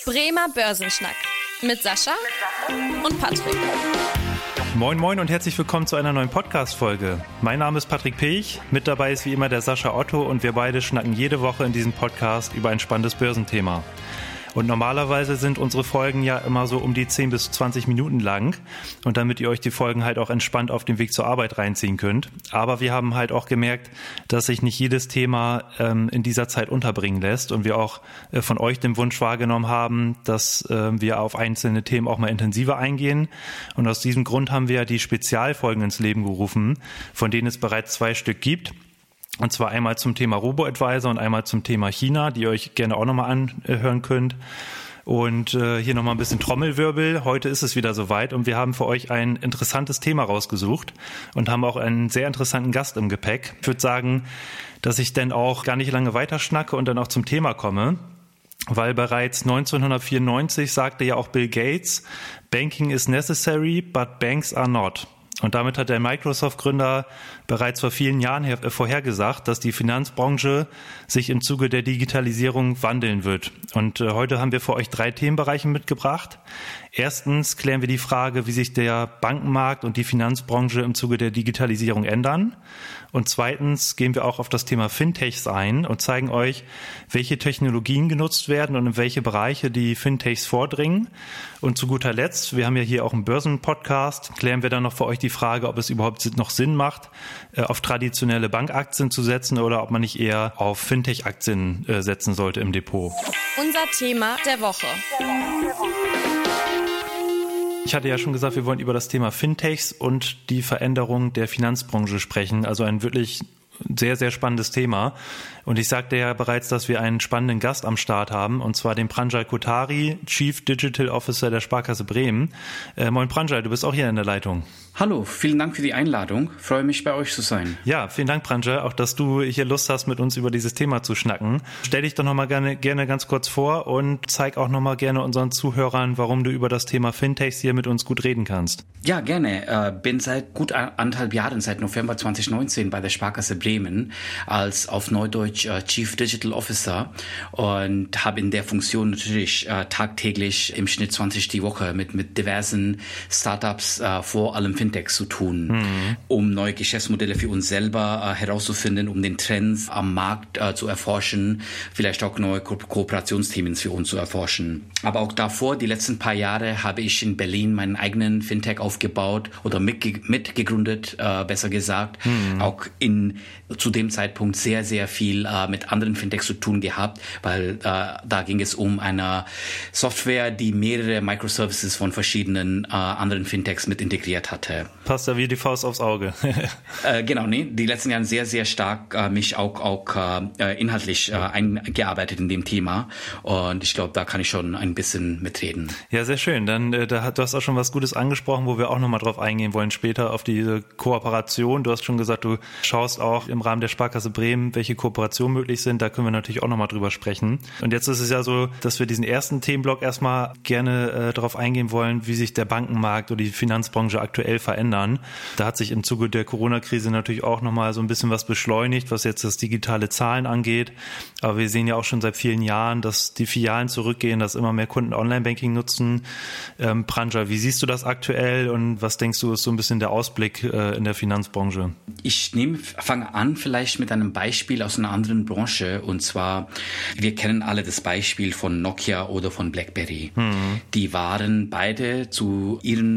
Bremer Börsenschnack mit Sascha und Patrick. Moin moin und herzlich willkommen zu einer neuen Podcast-Folge. Mein Name ist Patrick Pech, mit dabei ist wie immer der Sascha Otto und wir beide schnacken jede Woche in diesem Podcast über ein spannendes Börsenthema. Und normalerweise sind unsere Folgen ja immer so um die 10 bis 20 Minuten lang und damit ihr euch die Folgen halt auch entspannt auf dem Weg zur Arbeit reinziehen könnt. Aber wir haben halt auch gemerkt, dass sich nicht jedes Thema in dieser Zeit unterbringen lässt und wir auch von euch den Wunsch wahrgenommen haben, dass wir auf einzelne Themen auch mal intensiver eingehen. Und aus diesem Grund haben wir die Spezialfolgen ins Leben gerufen, von denen es bereits 2 Stück gibt. Und zwar einmal zum Thema Robo-Advisor und einmal zum Thema China, die ihr euch gerne auch nochmal anhören könnt. Und hier nochmal ein bisschen Trommelwirbel. Heute ist es wieder soweit und wir haben für euch ein interessantes Thema rausgesucht und haben auch einen sehr interessanten Gast im Gepäck. Ich würde sagen, dass ich dann auch gar nicht lange weiterschnacke und dann auch zum Thema komme. Weil bereits 1994 sagte ja auch Bill Gates, Banking is necessary, but banks are not. Und damit hat der Microsoft-Gründer bereits vor vielen Jahren vorhergesagt, dass die Finanzbranche sich im Zuge der Digitalisierung wandeln wird. Und heute haben wir für euch 3 Themenbereiche mitgebracht. Erstens klären wir die Frage, wie sich der Bankenmarkt und die Finanzbranche im Zuge der Digitalisierung ändern. Und zweitens gehen wir auch auf das Thema Fintechs ein und zeigen euch, welche Technologien genutzt werden und in welche Bereiche die Fintechs vordringen. Und zu guter Letzt, wir haben ja hier auch einen Börsenpodcast, klären wir dann noch für euch die Frage, ob es überhaupt noch Sinn macht, auf traditionelle Bankaktien zu setzen oder ob man nicht eher auf Fintech-Aktien setzen sollte im Depot. Unser Thema der Woche. Ich hatte ja schon gesagt, wir wollen über das Thema Fintechs und die Veränderung der Finanzbranche sprechen. Also ein wirklich sehr, sehr spannendes Thema. Und ich sagte ja bereits, dass wir einen spannenden Gast am Start haben, und zwar den Pranjal Kothari, Chief Digital Officer der Sparkasse Bremen. Moin Pranjal, du bist auch hier in der Leitung. Hallo, vielen Dank für die Einladung. Freue mich, bei euch zu sein. Ja, vielen Dank, Pranjal, auch dass du hier Lust hast, mit uns über dieses Thema zu schnacken. Stell dich doch nochmal gerne ganz kurz vor und zeig auch nochmal gerne unseren Zuhörern, warum du über das Thema Fintechs hier mit uns gut reden kannst. Ja, gerne. Bin seit gut 1,5 Jahren, seit November 2019 bei der Sparkasse Bremen als auf Neudeutsch Chief Digital Officer und habe in der Funktion natürlich tagtäglich im Schnitt 20 die Woche mit diversen Startups, vor allem Fintechs zu tun, um neue Geschäftsmodelle für uns selber herauszufinden, um den Trends am Markt zu erforschen, vielleicht auch neue Kooperationsthemen für uns zu erforschen. Aber auch davor, die letzten paar Jahre, habe ich in Berlin meinen eigenen Fintech aufgebaut oder mitgegründet, besser gesagt. Auch zu dem Zeitpunkt sehr, sehr viel mit anderen Fintechs zu tun gehabt, weil da ging es um eine Software, die mehrere Microservices von verschiedenen anderen Fintechs mit integriert hatte. Passt ja wie die Faust aufs Auge. Genau, die letzten Jahre sehr, sehr stark mich auch inhaltlich eingearbeitet in dem Thema und ich glaube, da kann ich schon ein bisschen mitreden. Ja, sehr schön. Dann du hast auch schon was Gutes angesprochen, wo wir auch nochmal drauf eingehen wollen später, auf diese Kooperation. Du hast schon gesagt, du schaust auch im Rahmen der Sparkasse Bremen, welche Kooperationen möglich sind. Da können wir natürlich auch nochmal drüber sprechen. Und jetzt ist es ja so, dass wir diesen ersten Themenblock erstmal gerne darauf eingehen wollen, wie sich der Bankenmarkt oder die Finanzbranche aktuell verändern. Da hat sich im Zuge der Corona-Krise natürlich auch nochmal so ein bisschen was beschleunigt, was jetzt das digitale Zahlen angeht. Aber wir sehen ja auch schon seit vielen Jahren, dass die Filialen zurückgehen, dass immer mehr Kunden Online-Banking nutzen. Pranjal, wie siehst du das aktuell und was denkst du, ist so ein bisschen der Ausblick in der Finanzbranche? Ich fange an vielleicht mit einem Beispiel aus einer anderen Branche, und zwar, wir kennen alle das Beispiel von Nokia oder von BlackBerry. Die waren beide zu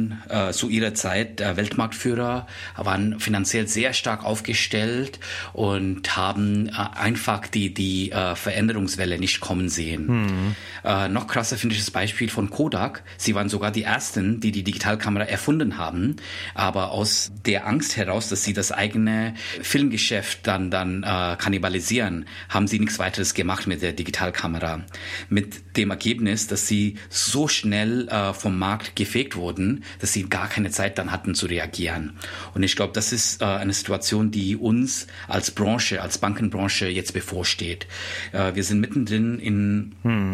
ihrer Zeit Weltmarktführer, waren finanziell sehr stark aufgestellt und haben einfach die Veränderungswelle nicht kommen sehen. Noch krasser finde ich das Beispiel von Kodak. Sie waren sogar die Ersten, die Digitalkamera erfunden haben, aber aus der Angst heraus, dass sie das eigene Filmgeschäft dann kannibalisieren, haben sie nichts weiteres gemacht mit der Digitalkamera. Mit dem Ergebnis, dass sie so schnell vom Markt gefegt wurden, dass sie gar keine Zeit dann hatten zu reagieren. Und ich glaube, das ist eine Situation, die uns als Branche, als Bankenbranche jetzt bevorsteht. Wir sind mittendrin in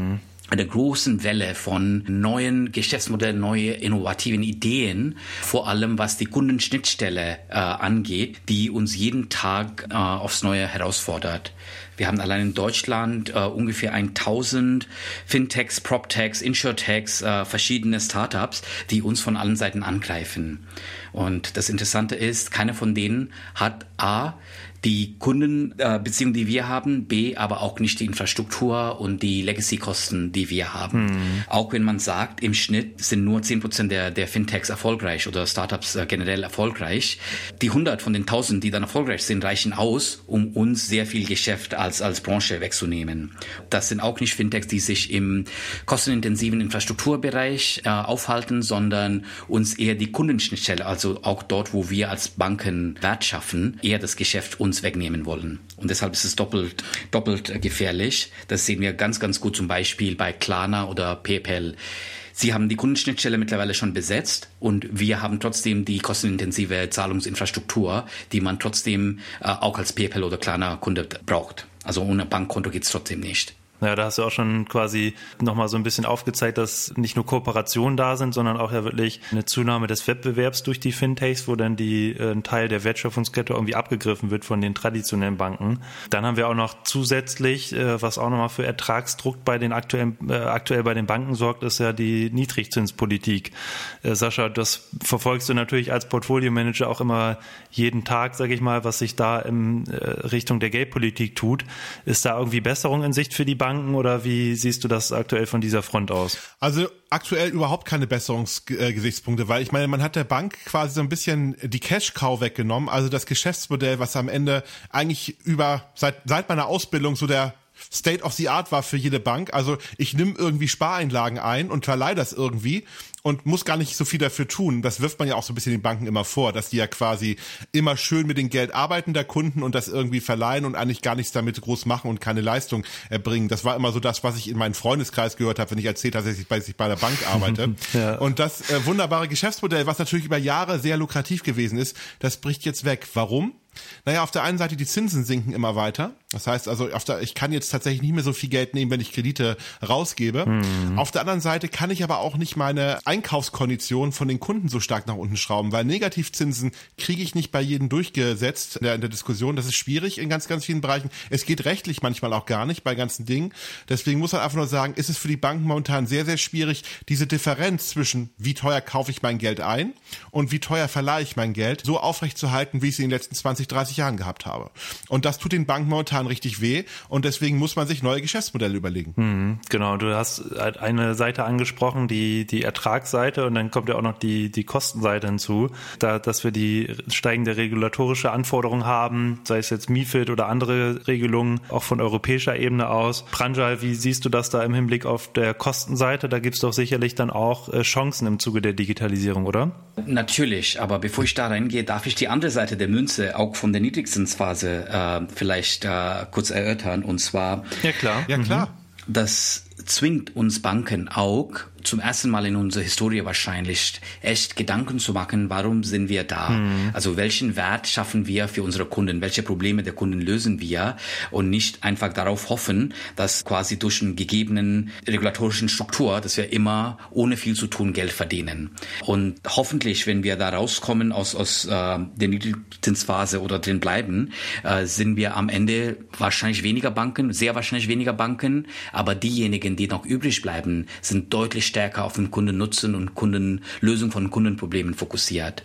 einer großen Welle von neuen Geschäftsmodellen, neue innovativen Ideen, vor allem was die Kundenschnittstelle angeht, die uns jeden Tag aufs Neue herausfordert. Wir haben allein in Deutschland ungefähr 1000 Fintechs, PropTechs, Insurtechs, verschiedene Startups, die uns von allen Seiten angreifen. Und das Interessante ist, keiner von denen hat A, die Kundenbeziehungen, die wir haben, B, aber auch nicht die Infrastruktur und die Legacy-Kosten, die wir haben. Auch wenn man sagt, im Schnitt sind nur 10% der Fintechs erfolgreich oder Startups generell erfolgreich. Die 100 von den 1000, die dann erfolgreich sind, reichen aus, um uns sehr viel Geschäft als Branche wegzunehmen. Das sind auch nicht Fintechs, die sich im kostenintensiven Infrastrukturbereich aufhalten, sondern uns eher die Kundenschnittstelle, also auch dort, wo wir als Banken Wert schaffen, eher das Geschäft uns wegnehmen wollen. Und deshalb ist es doppelt gefährlich. Das sehen wir ganz, ganz gut zum Beispiel bei Klarna oder PayPal. Sie haben die Kundenschnittstelle mittlerweile schon besetzt und wir haben trotzdem die kostenintensive Zahlungsinfrastruktur, die man trotzdem auch als PayPal oder Klarna-Kunde braucht. Also ohne Bankkonto geht es trotzdem nicht. Ja, da hast du auch schon quasi nochmal so ein bisschen aufgezeigt, dass nicht nur Kooperationen da sind, sondern auch ja wirklich eine Zunahme des Wettbewerbs durch die Fintechs, wo dann ein Teil der Wertschöpfungskette irgendwie abgegriffen wird von den traditionellen Banken. Dann haben wir auch noch zusätzlich, was auch nochmal für Ertragsdruck bei den aktuell bei den Banken sorgt, ist ja die Niedrigzinspolitik. Sascha, das verfolgst du natürlich als Portfolio-Manager auch immer jeden Tag, sage ich mal, was sich da in Richtung der Geldpolitik tut. Ist da irgendwie Besserung in Sicht für die Banken oder wie siehst du das aktuell von dieser Front aus? Also aktuell überhaupt keine Besserungsgesichtspunkte, weil ich meine, man hat der Bank quasi so ein bisschen die Cash-Cow weggenommen, also das Geschäftsmodell, was am Ende eigentlich seit meiner Ausbildung so der State of the Art war für jede Bank. Also ich nehme irgendwie Spareinlagen ein und verleihe das irgendwie und muss gar nicht so viel dafür tun. Das wirft man ja auch so ein bisschen den Banken immer vor, dass die ja quasi immer schön mit dem Geld arbeiten der Kunden und das irgendwie verleihen und eigentlich gar nichts damit groß machen und keine Leistung erbringen. Das war immer so das, was ich in meinem Freundeskreis gehört habe, wenn ich erzählt habe, dass ich bei der Bank arbeite. Ja. Und das wunderbare Geschäftsmodell, was natürlich über Jahre sehr lukrativ gewesen ist, das bricht jetzt weg. Warum? Naja, auf der einen Seite die Zinsen sinken immer weiter. Das heißt also, ich kann jetzt tatsächlich nicht mehr so viel Geld nehmen, wenn ich Kredite rausgebe. Auf der anderen Seite kann ich aber auch nicht meine Einkaufskonditionen von den Kunden so stark nach unten schrauben, weil Negativzinsen kriege ich nicht bei jedem durchgesetzt in der Diskussion. Das ist schwierig in ganz, ganz vielen Bereichen. Es geht rechtlich manchmal auch gar nicht bei ganzen Dingen. Deswegen muss man einfach nur sagen, ist es für die Banken momentan sehr, sehr schwierig, diese Differenz zwischen wie teuer kaufe ich mein Geld ein und wie teuer verleihe ich mein Geld so aufrechtzuerhalten, wie ich sie in den letzten 20, 30 Jahren gehabt habe. Und das tut den Banken momentan richtig weh und deswegen muss man sich neue Geschäftsmodelle überlegen. Genau, du hast eine Seite angesprochen, die Ertragsseite und dann kommt ja auch noch die Kostenseite hinzu, dass wir die steigende regulatorische Anforderungen haben, sei es jetzt MiFID oder andere Regelungen, auch von europäischer Ebene aus. Pranjal, wie siehst du das da im Hinblick auf der Kostenseite? Da gibt es doch sicherlich dann auch Chancen im Zuge der Digitalisierung, oder? Natürlich, aber bevor ich da reingehe, darf ich die andere Seite der Münze auch von der Niedrigzinsphase vielleicht kurz erörtern. Und zwar, ja klar. Das zwingt uns Banken auch zum ersten Mal in unserer Historie wahrscheinlich echt Gedanken zu machen, warum sind wir da? Also welchen Wert schaffen wir für unsere Kunden? Welche Probleme der Kunden lösen wir? Und nicht einfach darauf hoffen, dass quasi durch einen gegebenen regulatorischen Struktur, dass wir immer ohne viel zu tun Geld verdienen. Und hoffentlich, wenn wir da rauskommen aus der Niedrigzinsphase oder drin bleiben, sind wir am Ende wahrscheinlich weniger Banken, sehr wahrscheinlich weniger Banken, aber diejenigen, die noch übrig bleiben, sind deutlich stärker auf den Kundennutzen und Lösung von Kundenproblemen fokussiert.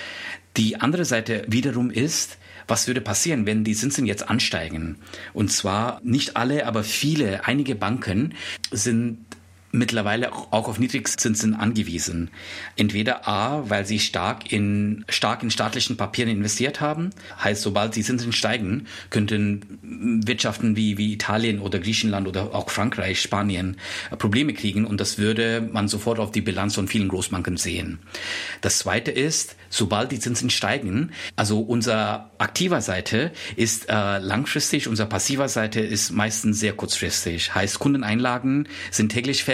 Die andere Seite wiederum ist, was würde passieren, wenn die Zinsen jetzt ansteigen? Und zwar nicht alle, aber einige Banken sind mittlerweile auch auf Niedrigzinsen angewiesen. Entweder A, weil sie stark in staatlichen Papieren investiert haben. Heißt, sobald die Zinsen steigen, könnten Wirtschaften wie Italien oder Griechenland oder auch Frankreich, Spanien Probleme kriegen und das würde man sofort auf die Bilanz von vielen Großbanken sehen. Das Zweite ist, sobald die Zinsen steigen, also unser aktiver Seite ist langfristig, unser passiver Seite ist meistens sehr kurzfristig. Heißt, Kundeneinlagen sind täglich fällig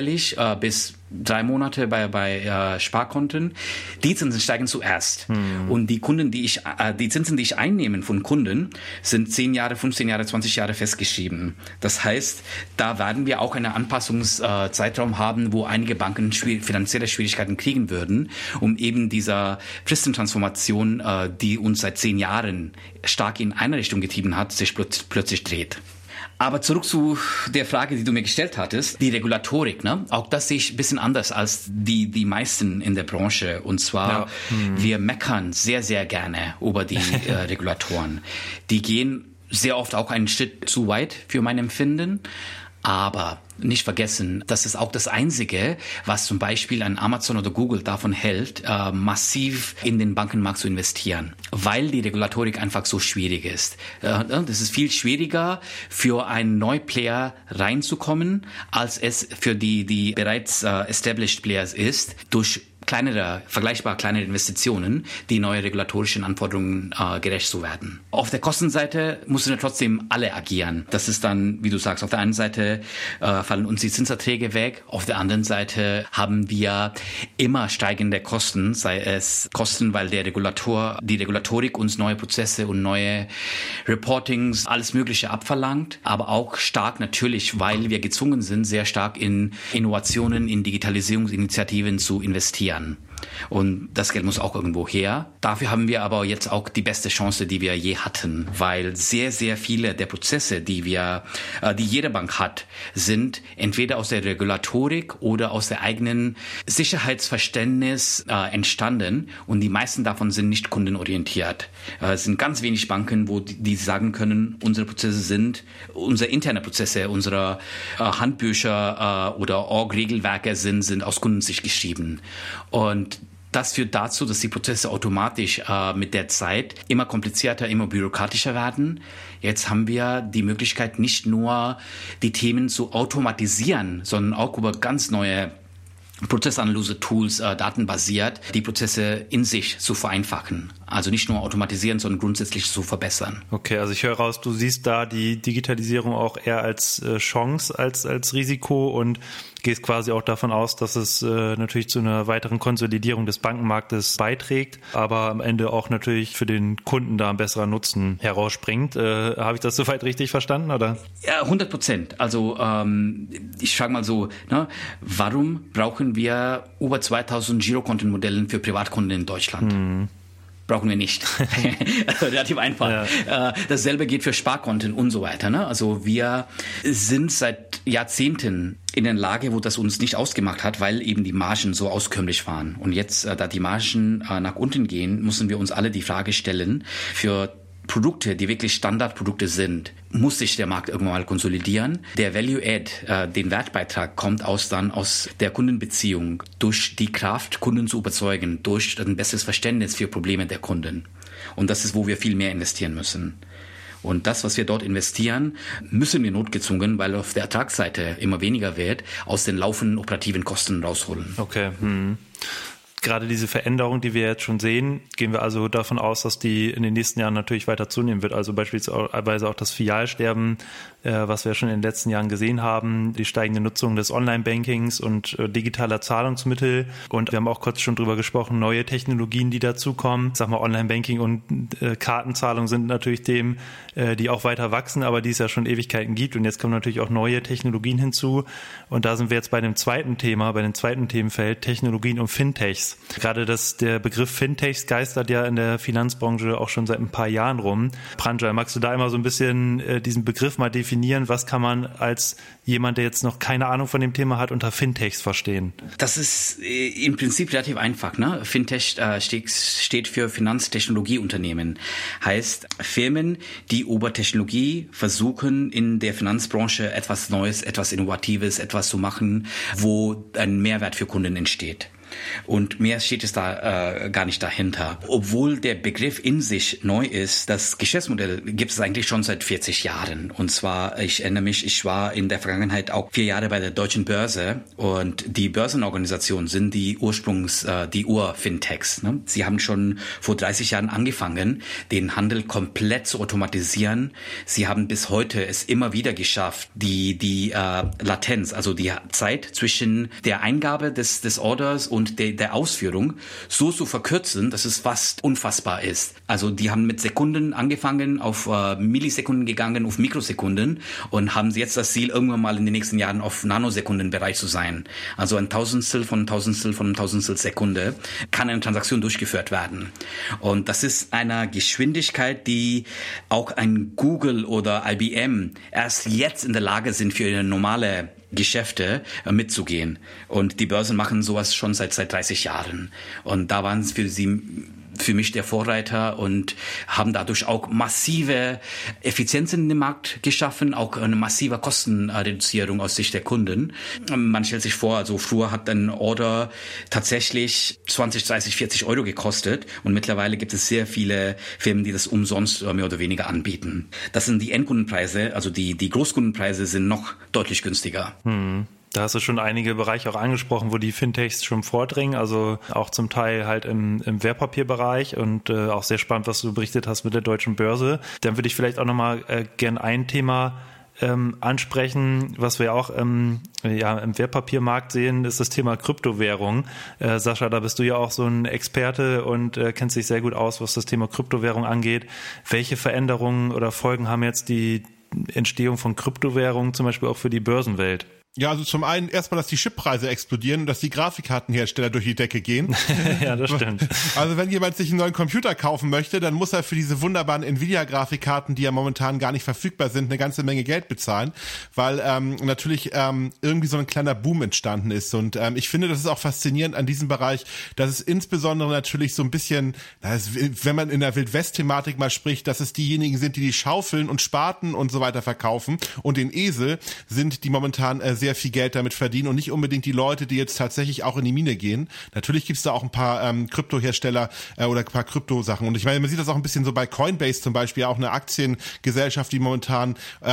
jährlich bis 3 Monate bei Sparkonten. Die Zinsen steigen zuerst. Und die Zinsen, die ich einnehme von Kunden, sind 10 Jahre, 15 Jahre, 20 Jahre festgeschrieben. Das heißt, da werden wir auch einen Anpassungszeitraum haben, wo einige Banken finanzielle Schwierigkeiten kriegen würden, um eben dieser Fristentransformation, die uns seit 10 Jahren stark in eine Richtung getrieben hat, sich plötzlich dreht. Aber zurück zu der Frage, die du mir gestellt hattest, die Regulatorik, ne? Auch das sehe ich ein bisschen anders als die meisten in der Branche. Und zwar, wir meckern sehr, sehr gerne über die Regulatoren. Die gehen sehr oft auch einen Schritt zu weit für mein Empfinden. Aber nicht vergessen, das ist auch das Einzige, was zum Beispiel ein Amazon oder Google davon hält, massiv in den Bankenmarkt zu investieren, weil die Regulatorik einfach so schwierig ist. Das ist viel schwieriger für einen Neuplayer reinzukommen, als es für die bereits established Players ist, durch vergleichbar kleinere Investitionen, die neue regulatorischen Anforderungen gerecht zu werden. Auf der Kostenseite müssen wir trotzdem alle agieren. Das ist dann, wie du sagst, auf der einen Seite fallen uns die Zinserträge weg, auf der anderen Seite haben wir immer steigende Kosten, sei es Kosten, weil die Regulatorik uns neue Prozesse und neue Reportings, alles Mögliche abverlangt, aber auch stark natürlich, weil wir gezwungen sind, sehr stark in Innovationen, in Digitalisierungsinitiativen zu investieren. Und das Geld muss auch irgendwo her. Dafür haben wir aber jetzt auch die beste Chance, die wir je hatten, weil sehr, sehr viele der Prozesse, die jede Bank hat, sind entweder aus der Regulatorik oder aus der eigenen Sicherheitsverständnis entstanden und die meisten davon sind nicht kundenorientiert. Es sind ganz wenig Banken, wo die sagen können, unsere interne Prozesse, unsere Handbücher oder Org-Regelwerke sind aus Kundensicht geschrieben. Und das führt dazu, dass die Prozesse automatisch mit der Zeit immer komplizierter, immer bürokratischer werden. Jetzt haben wir die Möglichkeit, nicht nur die Themen zu automatisieren, sondern auch über ganz neue Prozessanalyse-Tools, datenbasiert, die Prozesse in sich zu vereinfachen. Also nicht nur automatisieren, sondern grundsätzlich zu verbessern. Okay, also ich höre raus, du siehst da die Digitalisierung auch eher als Chance als Risiko und gehst quasi auch davon aus, dass es natürlich zu einer weiteren Konsolidierung des Bankenmarktes beiträgt, aber am Ende auch natürlich für den Kunden da ein besserer Nutzen herausspringt. Habe ich das soweit richtig verstanden, oder? Ja, 100%. Also ich frage mal so, ne, warum brauchen wir über 2000 Girokontenmodelle für Privatkunden in Deutschland? Brauchen wir nicht. Relativ einfach. Ja. Dasselbe geht für Sparkonten und so weiter. Ne? Also wir sind seit Jahrzehnten in der Lage, wo das uns nicht ausgemacht hat, weil eben die Margen so auskömmlich waren. Und jetzt, da die Margen nach unten gehen, müssen wir uns alle die Frage stellen, für Produkte, die wirklich Standardprodukte sind, muss sich der Markt irgendwann mal konsolidieren. Der Value-Add, den Wertbeitrag, kommt aus der Kundenbeziehung, durch die Kraft, Kunden zu überzeugen, durch ein besseres Verständnis für Probleme der Kunden. Und das ist, wo wir viel mehr investieren müssen. Und das, was wir dort investieren, müssen wir notgezwungen, weil auf der Ertragsseite immer weniger wird, aus den laufenden operativen Kosten rausholen. Okay. Gerade diese Veränderung, die wir jetzt schon sehen, gehen wir also davon aus, dass die in den nächsten Jahren natürlich weiter zunehmen wird. Also beispielsweise auch das Filialsterben, was wir schon in den letzten Jahren gesehen haben, die steigende Nutzung des Online-Bankings und digitaler Zahlungsmittel. Und wir haben auch kurz schon drüber gesprochen, neue Technologien, die dazukommen. Ich sag mal, Online-Banking und Kartenzahlung sind natürlich Themen, die auch weiter wachsen, aber die es ja schon Ewigkeiten gibt. Und jetzt kommen natürlich auch neue Technologien hinzu. Und da sind wir jetzt bei dem zweiten Themenfeld, Technologien und Fintechs. Gerade der Begriff Fintechs geistert ja in der Finanzbranche auch schon seit ein paar Jahren rum. Pranjal, magst du da immer so ein bisschen diesen Begriff mal definieren? Was kann man als jemand, der jetzt noch keine Ahnung von dem Thema hat, unter Fintechs verstehen? Das ist im Prinzip relativ einfach. Ne? Fintech steht für Finanztechnologieunternehmen. Heißt Firmen, die über Technologie versuchen, in der Finanzbranche etwas Neues, etwas Innovatives, etwas zu machen, wo ein Mehrwert für Kunden entsteht. Und mehr steht es da gar nicht dahinter. Obwohl der Begriff in sich neu ist, das Geschäftsmodell gibt es eigentlich schon seit 40 Jahren. Und zwar, ich erinnere mich, ich war in der Vergangenheit auch 4 Jahre bei der Deutschen Börse und die Börsenorganisationen sind die Ur-Fintechs. Ne? Sie haben schon vor 30 Jahren angefangen, den Handel komplett zu automatisieren. Sie haben bis heute es immer wieder geschafft, die Latenz, also die Zeit zwischen der Eingabe des Orders und der Ausführung so zu verkürzen, dass es fast unfassbar ist. Also die haben mit Sekunden angefangen, auf Millisekunden gegangen, auf Mikrosekunden und haben jetzt das Ziel, irgendwann mal in den nächsten Jahren auf Nanosekundenbereich zu sein. Also ein Tausendstel von Tausendstel Sekunde kann eine Transaktion durchgeführt werden. Und das ist eine Geschwindigkeit, die auch ein Google oder IBM erst jetzt in der Lage sind, für ihre normale Geschäfte mitzugehen. Und die Börsen machen sowas schon seit 30 Jahren. Und da waren es für mich der Vorreiter und haben dadurch auch massive Effizienzen in dem Markt geschaffen, auch eine massive Kostenreduzierung aus Sicht der Kunden. Man stellt sich vor, also früher hat ein Order tatsächlich 20, 30, 40 Euro gekostet und mittlerweile gibt es sehr viele Firmen, die das umsonst mehr oder weniger anbieten. Das sind die Endkundenpreise, also die Großkundenpreise sind noch deutlich günstiger. Da hast du schon einige Bereiche auch angesprochen, wo die Fintechs schon vordringen, also auch zum Teil halt im Wertpapierbereich und auch sehr spannend, was du berichtet hast mit der Deutschen Börse. Dann würde ich vielleicht auch nochmal gern ein Thema ansprechen, was wir auch im Wertpapiermarkt sehen, ist das Thema Kryptowährung. Sascha, da bist du ja auch so ein Experte und kennst dich sehr gut aus, was das Thema Kryptowährung angeht. Welche Veränderungen oder Folgen haben jetzt die Entstehung von Kryptowährungen zum Beispiel auch für die Börsenwelt? Ja, also zum einen erstmal, dass die Chippreise explodieren und dass die Grafikkartenhersteller durch die Decke gehen. Ja, das stimmt. Also wenn jemand sich einen neuen Computer kaufen möchte, dann muss er für diese wunderbaren Nvidia-Grafikkarten, die ja momentan gar nicht verfügbar sind, eine ganze Menge Geld bezahlen, weil natürlich irgendwie so ein kleiner Boom entstanden ist. Und ich finde, das ist auch faszinierend an diesem Bereich, dass es insbesondere natürlich so ein bisschen, wenn man in der Wildwest-Thematik mal spricht, dass es diejenigen sind, die Schaufeln und Spaten und so weiter verkaufen und den Esel sind, die momentan sehr viel Geld damit verdienen und nicht unbedingt die Leute, die jetzt tatsächlich auch in die Mine gehen. Natürlich gibt's da auch ein paar Kryptohersteller oder ein paar Kryptosachen. Und ich meine, man sieht das auch ein bisschen so bei Coinbase zum Beispiel, auch eine Aktiengesellschaft, die momentan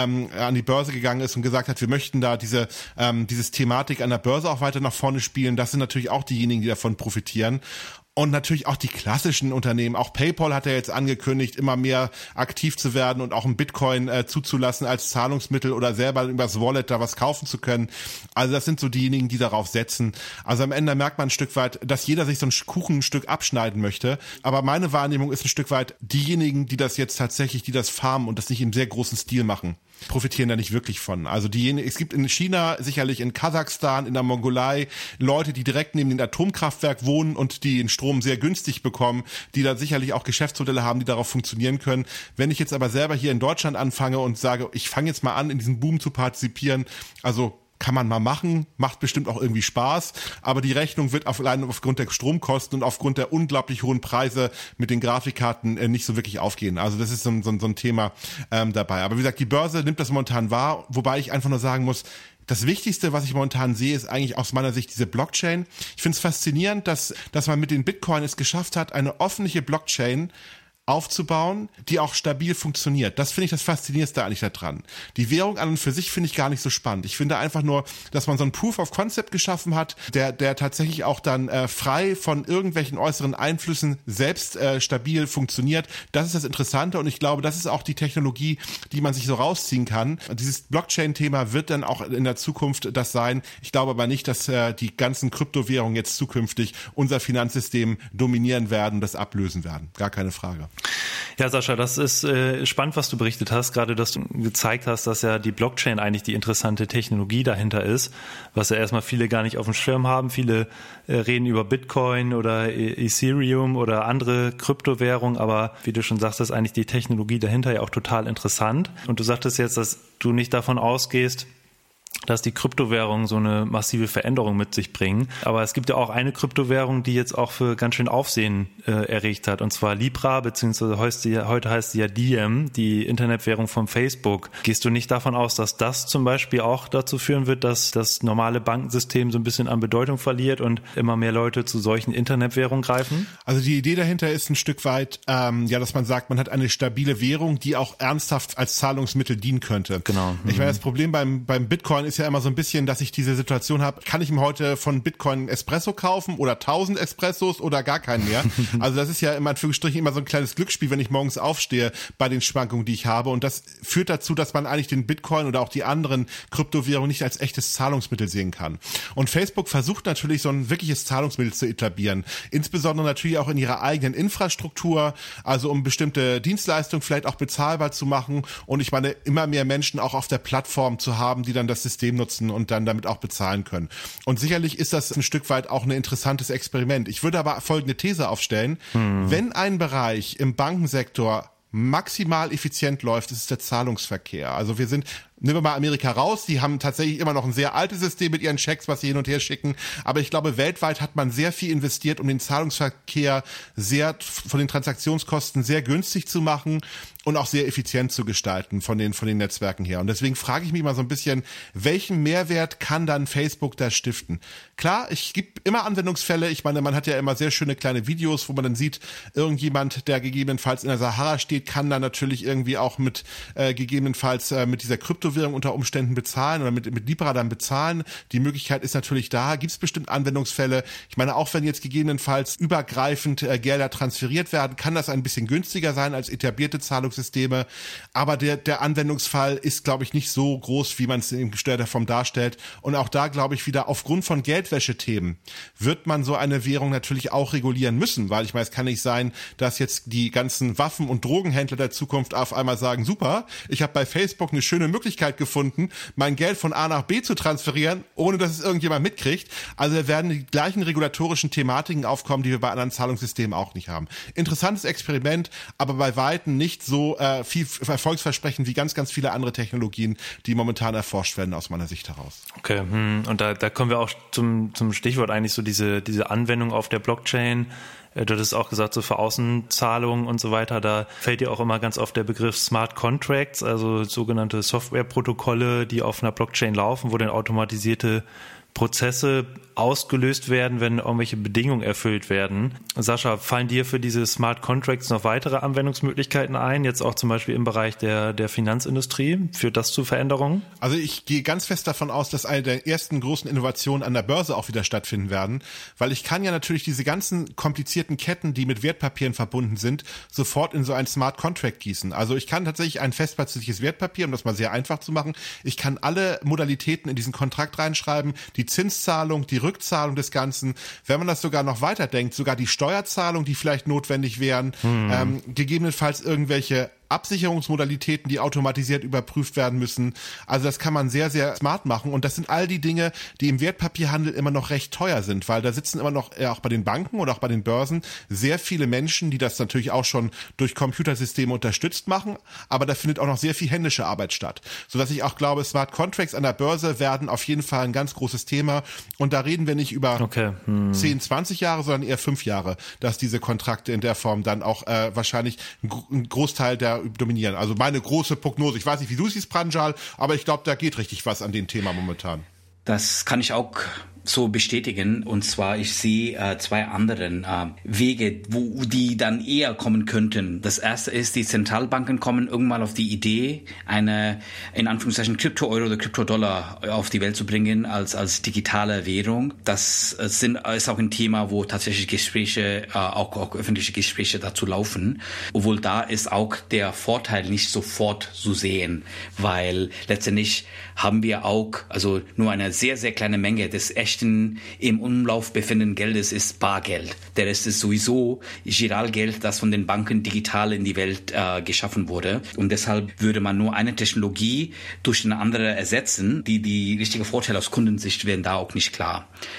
an die Börse gegangen ist und gesagt hat, wir möchten da dieses Thematik an der Börse auch weiter nach vorne spielen. Das sind natürlich auch diejenigen, die davon profitieren. Und natürlich auch die klassischen Unternehmen. Auch PayPal hat ja jetzt angekündigt, immer mehr aktiv zu werden und auch einen Bitcoin zuzulassen als Zahlungsmittel oder selber übers Wallet da was kaufen zu können. Also das sind so diejenigen, die darauf setzen. Also am Ende merkt man ein Stück weit, dass jeder sich so ein Kuchenstück abschneiden möchte. Aber meine Wahrnehmung ist ein Stück weit, diejenigen, die das jetzt tatsächlich, die das farmen und das nicht im sehr großen Stil machen, profitieren da nicht wirklich von. Also es gibt in China, sicherlich in Kasachstan, in der Mongolei Leute, die direkt neben dem Atomkraftwerk wohnen und die den Strom sehr günstig bekommen, die da sicherlich auch Geschäftsmodelle haben, die darauf funktionieren können. Wenn ich jetzt aber selber hier in Deutschland anfange und sage, ich fange jetzt mal an, in diesem Boom zu partizipieren, also kann man mal machen, macht bestimmt auch irgendwie Spaß, aber die Rechnung wird allein aufgrund der Stromkosten und aufgrund der unglaublich hohen Preise mit den Grafikkarten nicht so wirklich aufgehen. Also das ist so ein Thema dabei. Aber wie gesagt, die Börse nimmt das momentan wahr, wobei ich einfach nur sagen muss, das Wichtigste, was ich momentan sehe, ist eigentlich aus meiner Sicht diese Blockchain. Ich finde es faszinierend, dass man mit den Bitcoin es geschafft hat, eine öffentliche Blockchain aufzubauen, die auch stabil funktioniert. Das finde ich das Faszinierendste eigentlich daran. Die Währung an und für sich finde ich gar nicht so spannend. Ich finde einfach nur, dass man so ein Proof of Concept geschaffen hat, der tatsächlich auch dann frei von irgendwelchen äußeren Einflüssen selbst stabil funktioniert. Das ist das Interessante und ich glaube, das ist auch die Technologie, die man sich so rausziehen kann. Dieses Blockchain-Thema wird dann auch in der Zukunft das sein. Ich glaube aber nicht, dass die ganzen Kryptowährungen jetzt zukünftig unser Finanzsystem dominieren werden, das ablösen werden. Gar keine Frage. Ja, Sascha, das ist spannend, was du berichtet hast, gerade dass du gezeigt hast, dass ja die Blockchain eigentlich die interessante Technologie dahinter ist, was ja erstmal viele gar nicht auf dem Schirm haben. Viele reden über Bitcoin oder Ethereum oder andere Kryptowährungen, aber wie du schon sagst, ist eigentlich die Technologie dahinter ja auch total interessant. Und du sagtest jetzt, dass du nicht davon ausgehst, dass die Kryptowährungen so eine massive Veränderung mit sich bringen. Aber es gibt ja auch eine Kryptowährung, die jetzt auch für ganz schön Aufsehen erregt hat, und zwar Libra, beziehungsweise heute heißt sie ja Diem, die Internetwährung von Facebook. Gehst du nicht davon aus, dass das zum Beispiel auch dazu führen wird, dass das normale Bankensystem so ein bisschen an Bedeutung verliert und immer mehr Leute zu solchen Internetwährungen greifen? Also die Idee dahinter ist ein Stück weit, dass man sagt, man hat eine stabile Währung, die auch ernsthaft als Zahlungsmittel dienen könnte. Genau. Ich meine, das Problem beim Bitcoin ist ja immer so ein bisschen, dass ich diese Situation habe, kann ich mir heute von Bitcoin einen Espresso kaufen oder 1000 Espressos oder gar keinen mehr? Also das ist ja in Anführungsstrichen immer so ein kleines Glücksspiel, wenn ich morgens aufstehe bei den Schwankungen, die ich habe, und das führt dazu, dass man eigentlich den Bitcoin oder auch die anderen Kryptowährungen nicht als echtes Zahlungsmittel sehen kann. Und Facebook versucht natürlich so ein wirkliches Zahlungsmittel zu etablieren, insbesondere natürlich auch in ihrer eigenen Infrastruktur, also um bestimmte Dienstleistungen vielleicht auch bezahlbar zu machen, und ich meine, immer mehr Menschen auch auf der Plattform zu haben, die dann das System nutzen und dann damit auch bezahlen können. Und sicherlich ist das ein Stück weit auch ein interessantes Experiment. Ich würde aber folgende These aufstellen: Wenn ein Bereich im Bankensektor maximal effizient läuft, ist es der Zahlungsverkehr. Also nehmen wir mal Amerika raus, die haben tatsächlich immer noch ein sehr altes System mit ihren Schecks, was sie hin und her schicken, aber ich glaube, weltweit hat man sehr viel investiert, um den Zahlungsverkehr von den Transaktionskosten sehr günstig zu machen und auch sehr effizient zu gestalten von den Netzwerken her. Und deswegen frage ich mich mal so ein bisschen, welchen Mehrwert kann dann Facebook da stiften? Klar, es gibt immer Anwendungsfälle. Ich meine, man hat ja immer sehr schöne kleine Videos, wo man dann sieht, irgendjemand, der gegebenenfalls in der Sahara steht, kann dann natürlich irgendwie auch mit gegebenenfalls mit dieser Kryptowährung unter Umständen bezahlen oder mit Libra dann bezahlen. Die Möglichkeit ist natürlich da. Gibt es bestimmt Anwendungsfälle. Ich meine, auch wenn jetzt gegebenenfalls übergreifend Gelder transferiert werden, kann das ein bisschen günstiger sein als etablierte Zahlungssysteme. Aber der Anwendungsfall ist, glaube ich, nicht so groß, wie man es in gestörter Form darstellt. Und auch da, glaube ich, wieder aufgrund von Geldwäschethemen wird man so eine Währung natürlich auch regulieren müssen, weil ich meine, es kann nicht sein, dass jetzt die ganzen Waffen- und Drogenhändler der Zukunft auf einmal sagen, super, ich habe bei Facebook eine schöne Möglichkeit gefunden, mein Geld von A nach B zu transferieren, ohne dass es irgendjemand mitkriegt. Also da werden die gleichen regulatorischen Thematiken aufkommen, die wir bei anderen Zahlungssystemen auch nicht haben. Interessantes Experiment, aber bei Weitem nicht so viel erfolgsversprechend wie ganz, ganz viele andere Technologien, die momentan erforscht werden aus meiner Sicht heraus. Okay, und da kommen wir auch zum Stichwort eigentlich so diese Anwendung auf der Blockchain. Du hattest auch gesagt, so für Außenzahlungen und so weiter, da fällt dir auch immer ganz oft der Begriff Smart Contracts, also sogenannte Softwareprotokolle, die auf einer Blockchain laufen, wo dann automatisierte Prozesse ausgelöst werden, wenn irgendwelche Bedingungen erfüllt werden. Sascha, fallen dir für diese Smart Contracts noch weitere Anwendungsmöglichkeiten ein, jetzt auch zum Beispiel im Bereich der Finanzindustrie? Führt das zu Veränderungen? Also ich gehe ganz fest davon aus, dass eine der ersten großen Innovationen an der Börse auch wieder stattfinden werden, weil ich kann ja natürlich diese ganzen komplizierten Ketten, die mit Wertpapieren verbunden sind, sofort in so ein Smart Contract gießen. Also ich kann tatsächlich ein festplatzliches Wertpapier, um das mal sehr einfach zu machen, ich kann alle Modalitäten in diesen Kontrakt reinschreiben, die Zinszahlung, die Rückzahlung des Ganzen, wenn man das sogar noch weiterdenkt, sogar die Steuerzahlung, die vielleicht notwendig wären, gegebenenfalls irgendwelche Absicherungsmodalitäten, die automatisiert überprüft werden müssen. Also das kann man sehr, sehr smart machen. Und das sind all die Dinge, die im Wertpapierhandel immer noch recht teuer sind, weil da sitzen immer noch, auch bei den Banken oder auch bei den Börsen, sehr viele Menschen, die das natürlich auch schon durch Computersysteme unterstützt machen. Aber da findet auch noch sehr viel händische Arbeit statt. Sodass ich auch glaube, Smart Contracts an der Börse werden auf jeden Fall ein ganz großes Thema. Und da reden wir nicht über 10, 20 Jahre, sondern eher 5 Jahre, dass diese Kontrakte in der Form dann auch wahrscheinlich ein Großteil der dominieren. Also meine große Prognose, ich weiß nicht, wie du siehst, Pranjal, aber ich glaube, da geht richtig was an dem Thema momentan. Das kann ich auch so bestätigen. Und zwar, ich sehe zwei anderen Wege, wo die dann eher kommen könnten. Das erste ist, die Zentralbanken kommen irgendwann auf die Idee, eine, in Anführungszeichen, Krypto-Euro oder Krypto-Dollar auf die Welt zu bringen als digitale Währung. Das ist auch ein Thema, wo tatsächlich Gespräche, auch öffentliche Gespräche dazu laufen. Obwohl da ist auch der Vorteil nicht sofort zu sehen, weil letztendlich haben wir auch, also nur eine sehr, sehr kleine Menge des echten im Umlauf befindenden Geldes ist Bargeld. Der Rest ist sowieso Giralgeld, das von den Banken digital in die Welt geschaffen wurde. Und deshalb würde man nur eine Technologie durch eine andere ersetzen. Die richtige Vorteile aus Kundensicht werden da auch nicht klar.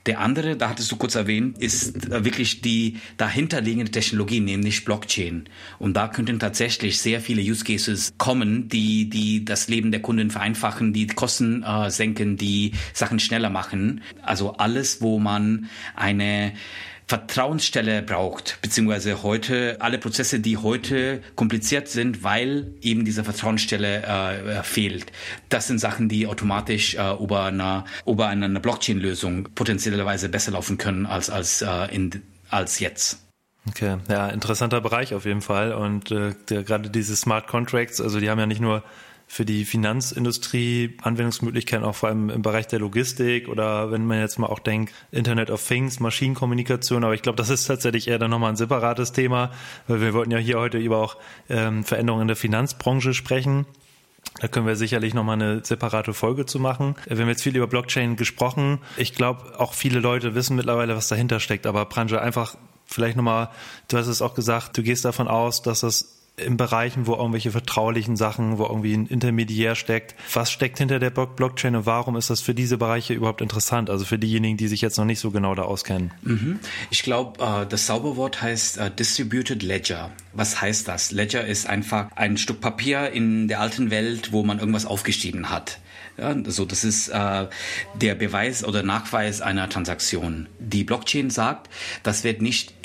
Der andere, da hattest du kurz erwähnt, ist wirklich die dahinterliegende Technologie, nämlich Blockchain. Und da könnten tatsächlich sehr viele Use Cases kommen, die das Leben der Kunden vereinfachen, die Kosten senken, die Sachen schneller machen. Also alles, wo man eine Vertrauensstelle braucht, beziehungsweise heute alle Prozesse, die heute kompliziert sind, weil eben diese Vertrauensstelle fehlt. Das sind Sachen, die automatisch über eine Blockchain-Lösung potenziellerweise besser laufen können als jetzt. Okay, ja, interessanter Bereich auf jeden Fall. Und gerade diese Smart Contracts, also die haben ja nicht nur für die Finanzindustrie Anwendungsmöglichkeiten, auch vor allem im Bereich der Logistik oder wenn man jetzt mal auch denkt, Internet of Things, Maschinenkommunikation, aber ich glaube, das ist tatsächlich eher dann nochmal ein separates Thema, weil wir wollten ja hier heute über auch Veränderungen in der Finanzbranche sprechen. Da können wir sicherlich nochmal eine separate Folge zu machen. Wir haben jetzt viel über Blockchain gesprochen. Ich glaube, auch viele Leute wissen mittlerweile, was dahinter steckt, aber Pranjal, einfach vielleicht nochmal, du hast es auch gesagt, du gehst davon aus, dass das in Bereichen, wo irgendwelche vertraulichen Sachen, wo irgendwie ein Intermediär steckt. Was steckt hinter der Blockchain und warum ist das für diese Bereiche überhaupt interessant? Also für diejenigen, die sich jetzt noch nicht so genau da auskennen. Ich glaube, das Zauberwort heißt Distributed Ledger. Was heißt das? Ledger ist einfach ein Stück Papier in der alten Welt, wo man irgendwas aufgeschrieben hat. Ja, also das ist der Beweis oder Nachweis einer Transaktion. Die Blockchain sagt, das wird nicht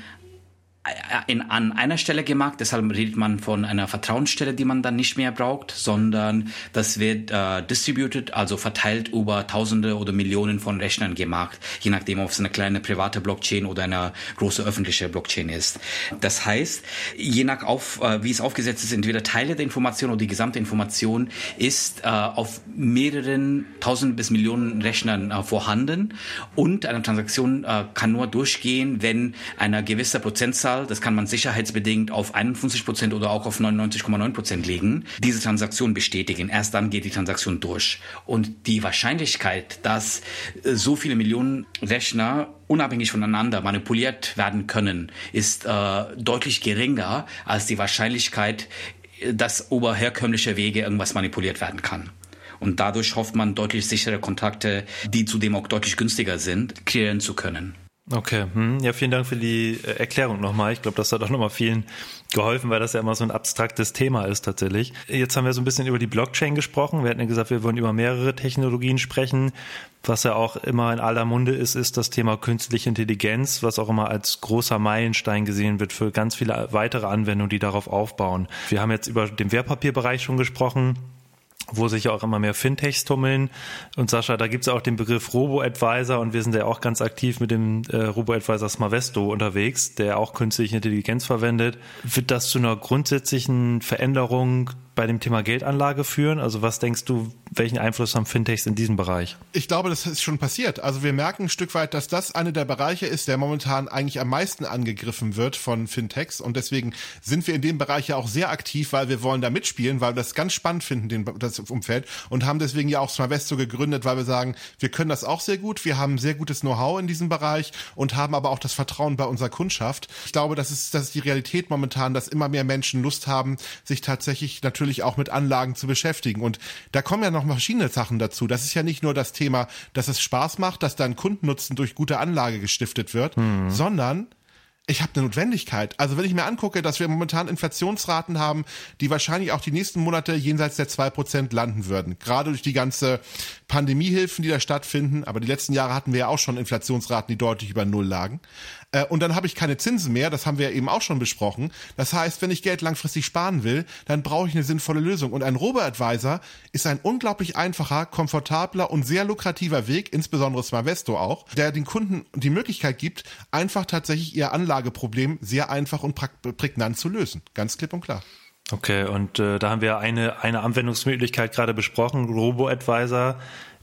an einer Stelle gemacht, deshalb redet man von einer Vertrauensstelle, die man dann nicht mehr braucht, sondern das wird distributed, also verteilt über Tausende oder Millionen von Rechnern gemacht, je nachdem, ob es eine kleine private Blockchain oder eine große öffentliche Blockchain ist. Das heißt, je nach wie es aufgesetzt ist, entweder Teile der Information oder die gesamte Information ist auf mehreren Tausenden bis Millionen Rechnern vorhanden und eine Transaktion kann nur durchgehen, wenn eine gewisse Prozentzahl, das kann man sicherheitsbedingt auf 51% oder auch auf 99,9% legen, diese Transaktion bestätigen. Erst dann geht die Transaktion durch. Und die Wahrscheinlichkeit, dass so viele Millionen Rechner unabhängig voneinander manipuliert werden können, ist deutlich geringer als die Wahrscheinlichkeit, dass über herkömmliche Wege irgendwas manipuliert werden kann. Und dadurch hofft man, deutlich sichere Kontakte, die zudem auch deutlich günstiger sind, kreieren zu können. Okay, ja, vielen Dank für die Erklärung nochmal. Ich glaube, das hat auch nochmal vielen geholfen, weil das ja immer so ein abstraktes Thema ist tatsächlich. Jetzt haben wir so ein bisschen über die Blockchain gesprochen. Wir hatten ja gesagt, wir wollen über mehrere Technologien sprechen. Was ja auch immer in aller Munde ist das Thema künstliche Intelligenz, was auch immer als großer Meilenstein gesehen wird für ganz viele weitere Anwendungen, die darauf aufbauen. Wir haben jetzt über den Wertpapierbereich schon gesprochen, wo sich auch immer mehr Fintechs tummeln. Und Sascha, da gibt es auch den Begriff Robo-Advisor und wir sind ja auch ganz aktiv mit dem Robo-Advisor Smartvesto unterwegs, der auch künstliche Intelligenz verwendet. Wird das zu einer grundsätzlichen Veränderung bei dem Thema Geldanlage führen? Also was denkst du, welchen Einfluss haben Fintechs in diesem Bereich? Ich glaube, das ist schon passiert. Also wir merken ein Stück weit, dass das einer der Bereiche ist, der momentan eigentlich am meisten angegriffen wird von Fintechs und deswegen sind wir in dem Bereich ja auch sehr aktiv, weil wir wollen da mitspielen, weil wir das ganz spannend finden, das Umfeld und haben deswegen ja auch Smartvesto gegründet, weil wir sagen, wir können das auch sehr gut, wir haben sehr gutes Know-how in diesem Bereich und haben aber auch das Vertrauen bei unserer Kundschaft. Ich glaube, das ist die Realität momentan, dass immer mehr Menschen Lust haben, sich tatsächlich natürlich auch mit Anlagen zu beschäftigen. Und da kommen ja noch verschiedene Sachen dazu. Das ist ja nicht nur das Thema, dass es Spaß macht, dass dann Kundennutzen durch gute Anlage gestiftet wird, sondern ich habe eine Notwendigkeit. Also wenn ich mir angucke, dass wir momentan Inflationsraten haben, die wahrscheinlich auch die nächsten Monate jenseits der 2% landen würden. Gerade durch die ganze Pandemiehilfen, die da stattfinden. Aber die letzten Jahre hatten wir ja auch schon Inflationsraten, die deutlich über Null lagen. Und dann habe ich keine Zinsen mehr, das haben wir ja eben auch schon besprochen. Das heißt, wenn ich Geld langfristig sparen will, dann brauche ich eine sinnvolle Lösung. Und ein Robo-Advisor ist ein unglaublich einfacher, komfortabler und sehr lukrativer Weg, insbesondere Smartvesto auch, der den Kunden die Möglichkeit gibt, einfach tatsächlich ihr Anlageproblem sehr einfach und prägnant zu lösen. Ganz klipp und klar. Okay, und da haben wir eine Anwendungsmöglichkeit gerade besprochen, Robo-Advisor,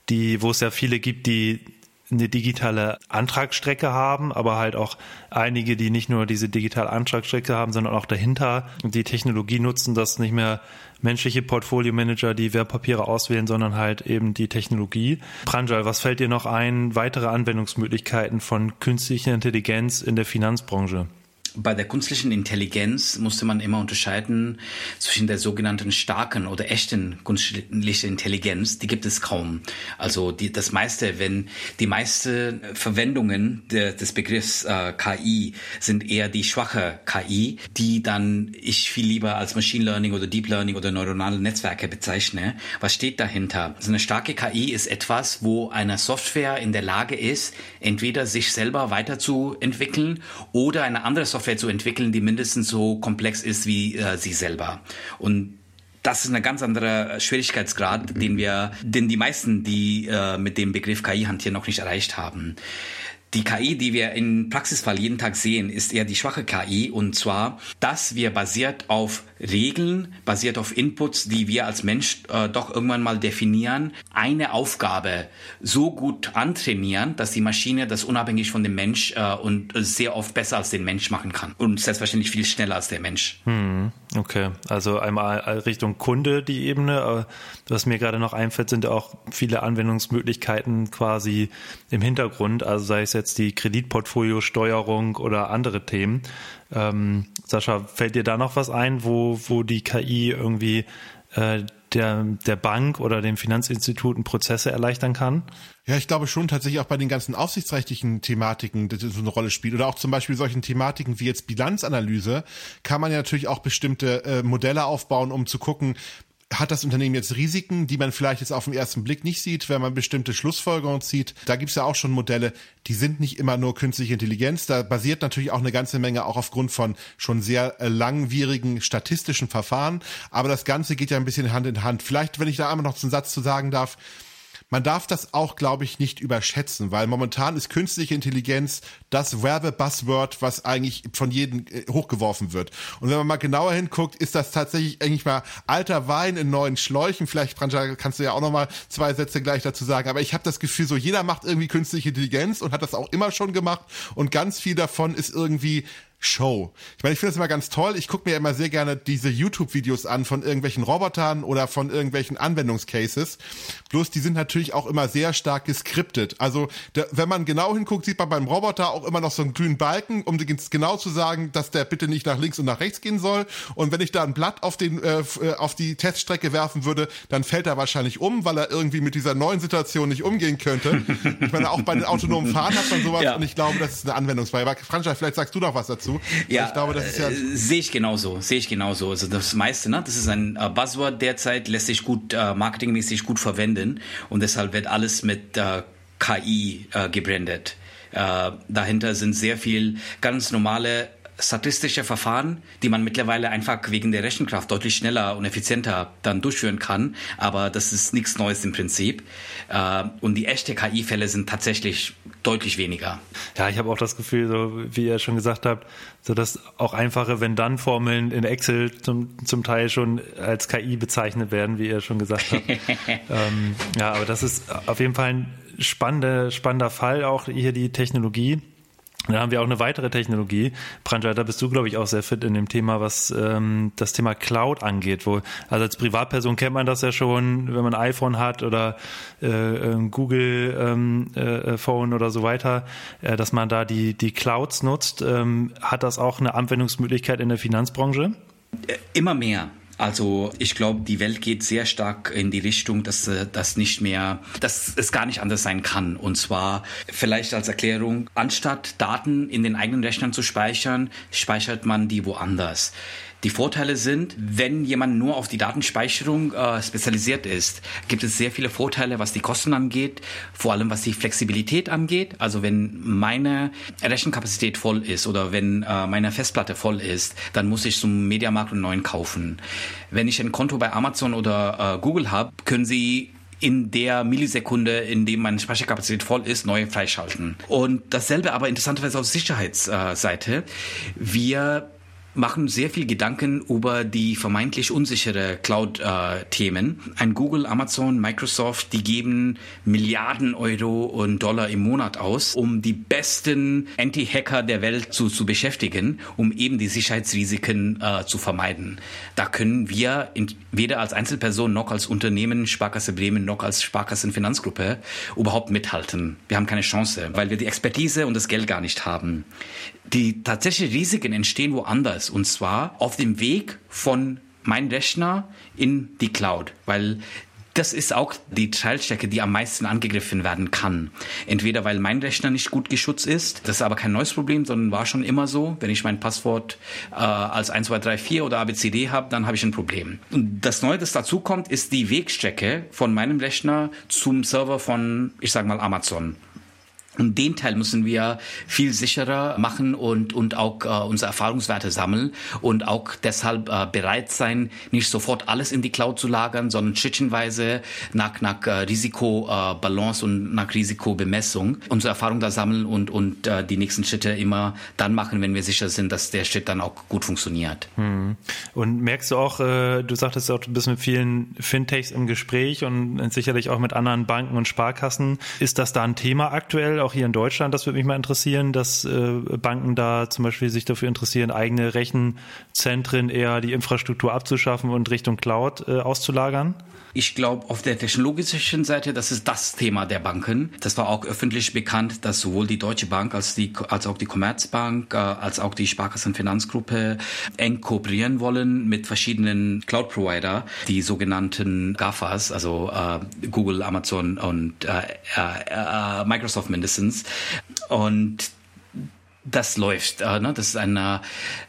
wo es ja viele gibt, die eine digitale Antragsstrecke haben, aber halt auch einige, die nicht nur diese digitale Antragsstrecke haben, sondern auch dahinter die Technologie nutzen, dass nicht mehr menschliche Portfolio-Manager die Wertpapiere auswählen, sondern halt eben die Technologie. Pranjal, was fällt dir noch ein, weitere Anwendungsmöglichkeiten von künstlicher Intelligenz in der Finanzbranche? Bei der künstlichen Intelligenz musste man immer unterscheiden zwischen der sogenannten starken oder echten künstlichen Intelligenz. Die gibt es kaum. Also die meiste Verwendungen des Begriffs KI sind eher die schwache KI, die dann ich viel lieber als Machine Learning oder Deep Learning oder neuronale Netzwerke bezeichne. Was steht dahinter? Also eine starke KI ist etwas, wo eine Software in der Lage ist, entweder sich selber weiterzuentwickeln oder eine andere Software zu entwickeln, die mindestens so komplex ist wie sie selber. Und das ist ein ganz anderer Schwierigkeitsgrad, den die meisten, die mit dem Begriff KI hantieren, noch nicht erreicht haben. Die KI, die wir im Praxisfall jeden Tag sehen, ist eher die schwache KI, und zwar, dass wir basiert auf Regeln, basiert auf Inputs, die wir als Mensch doch irgendwann mal definieren, eine Aufgabe so gut antrainieren, dass die Maschine das unabhängig von dem Mensch und sehr oft besser als den Mensch machen kann und selbstverständlich viel schneller als der Mensch. Okay, also einmal Richtung Kunde die Ebene. Was mir gerade noch einfällt, sind auch viele Anwendungsmöglichkeiten quasi im Hintergrund, also sei es jetzt die Kreditportfoliosteuerung oder andere Themen. Sascha, fällt dir da noch was ein, wo die KI irgendwie der Bank oder den Finanzinstituten Prozesse erleichtern kann? Ja, ich glaube schon tatsächlich auch bei den ganzen aufsichtsrechtlichen Thematiken, das so eine Rolle spielt. Oder auch zum Beispiel solchen Thematiken wie jetzt Bilanzanalyse, kann man ja natürlich auch bestimmte Modelle aufbauen, um zu gucken, hat das Unternehmen jetzt Risiken, die man vielleicht jetzt auf den ersten Blick nicht sieht, wenn man bestimmte Schlussfolgerungen zieht. Da gibt's ja auch schon Modelle, die sind nicht immer nur künstliche Intelligenz. Da basiert natürlich auch eine ganze Menge auch aufgrund von schon sehr langwierigen statistischen Verfahren. Aber das Ganze geht ja ein bisschen Hand in Hand. Vielleicht, wenn ich da einmal noch einen Satz zu sagen darf, man darf das auch, glaube ich, nicht überschätzen, weil momentan ist künstliche Intelligenz das Werbe-Buzzword, was eigentlich von jedem hochgeworfen wird. Und wenn man mal genauer hinguckt, ist das tatsächlich eigentlich mal alter Wein in neuen Schläuchen. Vielleicht, Pranja, kannst du ja auch noch mal 2 Sätze gleich dazu sagen. Aber ich habe das Gefühl, so jeder macht irgendwie künstliche Intelligenz und hat das auch immer schon gemacht. Und ganz viel davon ist irgendwie Show. Ich meine, ich finde das immer ganz toll. Ich gucke mir immer sehr gerne diese YouTube-Videos an von irgendwelchen Robotern oder von irgendwelchen Anwendungscases. Bloß die sind natürlich auch immer sehr stark geskriptet. Also wenn man genau hinguckt, sieht man beim Roboter auch immer noch so einen grünen Balken, um genau zu sagen, dass der bitte nicht nach links und nach rechts gehen soll. Und wenn ich da ein Blatt auf die Teststrecke werfen würde, dann fällt er wahrscheinlich um, weil er irgendwie mit dieser neuen Situation nicht umgehen könnte. Ich meine, auch bei den autonomen Fahren hat man sowas, ja. Und ich glaube, das ist eine Anwendungsfrage. Aber Francha, vielleicht sagst du noch was dazu. Ja, ich glaube, das ist ja sehe ich genauso. Also das meiste, das ist ein Buzzword derzeit, lässt sich gut marketingmäßig gut verwenden und deshalb wird alles mit KI gebrandet. Dahinter sind sehr viel ganz normale statistische Verfahren, die man mittlerweile einfach wegen der Rechenkraft deutlich schneller und effizienter dann durchführen kann. Aber das ist nichts Neues im Prinzip. Und die echte KI-Fälle sind tatsächlich deutlich weniger. Ja, ich habe auch das Gefühl, so wie ihr schon gesagt habt, so dass auch einfache Wenn-Dann-Formeln in Excel zum Teil schon als KI bezeichnet werden, wie ihr schon gesagt habt. Ja, aber das ist auf jeden Fall ein spannender Fall, auch hier die Technologie. Dann haben wir auch eine weitere Technologie. Pranja, da bist du, glaube ich, auch sehr fit in dem Thema, was das Thema Cloud angeht. Also als Privatperson kennt man das ja schon, wenn man ein iPhone hat oder Google Phone oder so weiter, dass man da die Clouds nutzt. Hat das auch eine Anwendungsmöglichkeit in der Finanzbranche? Immer mehr. Also ich glaube, die Welt geht sehr stark in die Richtung, dass es gar nicht anders sein kann. Und zwar vielleicht als Erklärung, anstatt Daten in den eigenen Rechnern zu speichern, speichert man die woanders. Die Vorteile sind, wenn jemand nur auf die Datenspeicherung spezialisiert ist, gibt es sehr viele Vorteile, was die Kosten angeht, vor allem was die Flexibilität angeht. Also wenn meine Rechenkapazität voll ist oder wenn meine Festplatte voll ist, dann muss ich zum Mediamarkt einen neuen kaufen. Wenn ich ein Konto bei Amazon oder Google habe, können Sie in der Millisekunde, in dem meine Speicherkapazität voll ist, neue freischalten. Und dasselbe aber interessanterweise auf Sicherheitsseite. Wir machen sehr viel Gedanken über die vermeintlich unsichere Cloud-Themen. Ein Google, Amazon, Microsoft, die geben Milliarden Euro und Dollar im Monat aus, um die besten Anti-Hacker der Welt zu beschäftigen, um eben die Sicherheitsrisiken zu vermeiden. Da können wir weder als Einzelperson noch als Unternehmen, Sparkasse Bremen, noch als Sparkassenfinanzgruppe überhaupt mithalten. Wir haben keine Chance, weil wir die Expertise und das Geld gar nicht haben. Die tatsächlichen Risiken entstehen woanders, und zwar auf dem Weg von meinem Rechner in die Cloud, weil das ist auch die Teilstrecke, die am meisten angegriffen werden kann. Entweder weil mein Rechner nicht gut geschützt ist, das ist aber kein neues Problem, sondern war schon immer so. Wenn ich mein Passwort als 1234 oder ABCD habe, dann habe ich ein Problem. Und das Neue, das dazu kommt, ist die Wegstrecke von meinem Rechner zum Server von, ich sage mal, Amazon. Und den Teil müssen wir viel sicherer machen und auch unsere Erfahrungswerte sammeln und auch deshalb bereit sein, nicht sofort alles in die Cloud zu lagern, sondern schrittchenweise nach Risikobalance und nach Risikobemessung unsere Erfahrung da sammeln und die nächsten Schritte immer dann machen, wenn wir sicher sind, dass der Schritt dann auch gut funktioniert. Und merkst du auch, du sagtest auch, du bist mit vielen Fintechs im Gespräch und sicherlich auch mit anderen Banken und Sparkassen. Ist das da ein Thema aktuell? Auch hier in Deutschland, das würde mich mal interessieren, dass Banken da zum Beispiel sich dafür interessieren, eigene Rechenzentren eher die Infrastruktur abzuschaffen und Richtung Cloud auszulagern? Ich glaube, auf der technologischen Seite, das ist das Thema der Banken. Das war auch öffentlich bekannt, dass sowohl die Deutsche Bank als auch die Commerzbank, als auch die Sparkassenfinanzgruppe eng kooperieren wollen mit verschiedenen Cloud-Provider, die sogenannten GAFAs, also Google, Amazon und Microsoft mindestens. Und das läuft. Das ist eine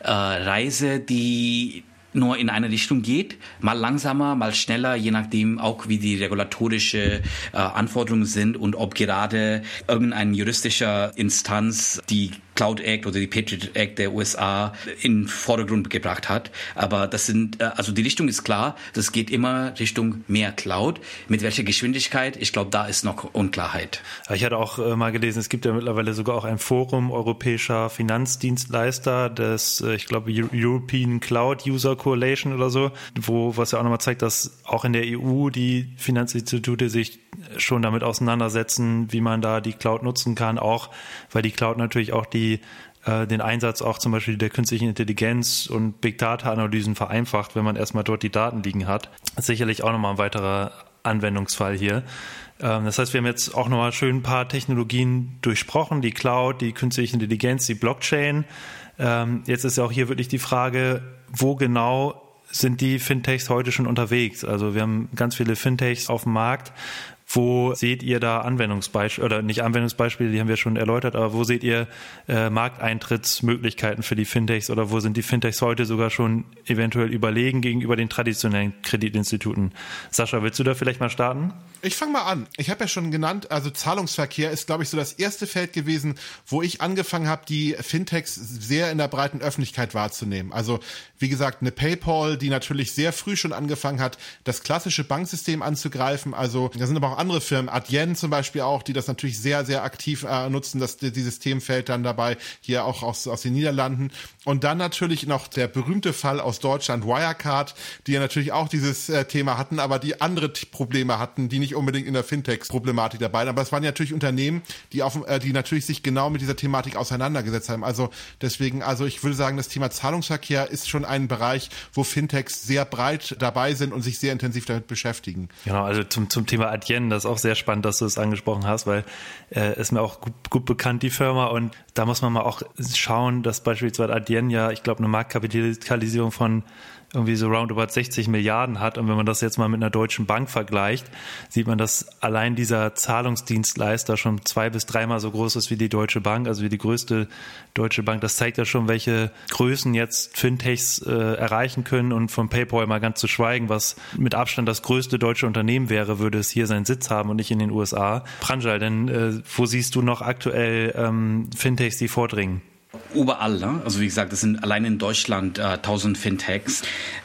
Reise, die nur in eine Richtung geht, mal langsamer, mal schneller, je nachdem auch wie die regulatorische Anforderungen sind und ob gerade irgendeine juristische Instanz die Cloud Act oder die Patriot Act der USA in den Vordergrund gebracht hat. Aber das sind, also die Richtung ist klar, das geht immer Richtung mehr Cloud. Mit welcher Geschwindigkeit? Ich glaube, da ist noch Unklarheit. Ich hatte auch mal gelesen, es gibt ja mittlerweile sogar auch ein Forum europäischer Finanzdienstleister, das, ich glaube, European Cloud User Coalition oder so, was ja auch nochmal zeigt, dass auch in der EU die Finanzinstitute sich schon damit auseinandersetzen, wie man da die Cloud nutzen kann, auch weil die Cloud natürlich auch den Einsatz auch zum Beispiel der künstlichen Intelligenz und Big Data Analysen vereinfacht, wenn man erstmal dort die Daten liegen hat. Das ist sicherlich auch nochmal ein weiterer Anwendungsfall hier. Das heißt, wir haben jetzt auch nochmal schön ein paar Technologien durchsprochen, die Cloud, die künstliche Intelligenz, die Blockchain. Jetzt ist ja auch hier wirklich die Frage, wo genau sind die Fintechs heute schon unterwegs? Also wir haben ganz viele Fintechs auf dem Markt. Wo seht ihr da Anwendungsbeispiele, oder nicht Anwendungsbeispiele, die haben wir schon erläutert, aber wo seht ihr Markteintrittsmöglichkeiten für die Fintechs oder wo sind die Fintechs heute sogar schon eventuell überlegen gegenüber den traditionellen Kreditinstituten? Sascha, willst du da vielleicht mal starten? Ich fange mal an. Ich habe ja schon genannt, also Zahlungsverkehr ist, glaube ich, so das erste Feld gewesen, wo ich angefangen habe, die Fintechs sehr in der breiten Öffentlichkeit wahrzunehmen. Also wie gesagt, eine PayPal, die natürlich sehr früh schon angefangen hat, das klassische Banksystem anzugreifen. Also da sind aber auch andere Firmen, Adyen zum Beispiel auch, die das natürlich sehr, sehr aktiv nutzen, dieses Themenfeld dann dabei, hier auch aus den Niederlanden. Und dann natürlich noch der berühmte Fall aus Deutschland, Wirecard, die ja natürlich auch dieses Thema hatten, aber die andere Probleme hatten, die nicht unbedingt in der Fintech-Problematik dabei waren. Aber es waren ja natürlich Unternehmen, die natürlich sich genau mit dieser Thematik auseinandergesetzt haben. Also deswegen, ich würde sagen, das Thema Zahlungsverkehr ist schon ein Bereich, wo Fintechs sehr breit dabei sind und sich sehr intensiv damit beschäftigen. Genau, also zum Thema Adyen, das ist auch sehr spannend, dass du es angesprochen hast, weil ist mir auch gut bekannt, die Firma, und da muss man mal auch schauen, dass beispielsweise Adyen ja, ich glaube, eine Marktkapitalisierung von irgendwie so roundabout 60 Milliarden hat. Und wenn man das jetzt mal mit einer deutschen Bank vergleicht, sieht man, dass allein dieser Zahlungsdienstleister schon 2- bis 3-mal so groß ist wie die Deutsche Bank, also wie die größte deutsche Bank. Das zeigt ja schon, welche Größen jetzt Fintechs erreichen können. Und von PayPal mal ganz zu schweigen, was mit Abstand das größte deutsche Unternehmen wäre, würde es hier seinen Sitz haben und nicht in den USA. Pranjal, denn wo siehst du noch aktuell Fintechs, die vordringen? überall. Ne? Also wie gesagt, das sind allein in Deutschland 1000 Fintechs,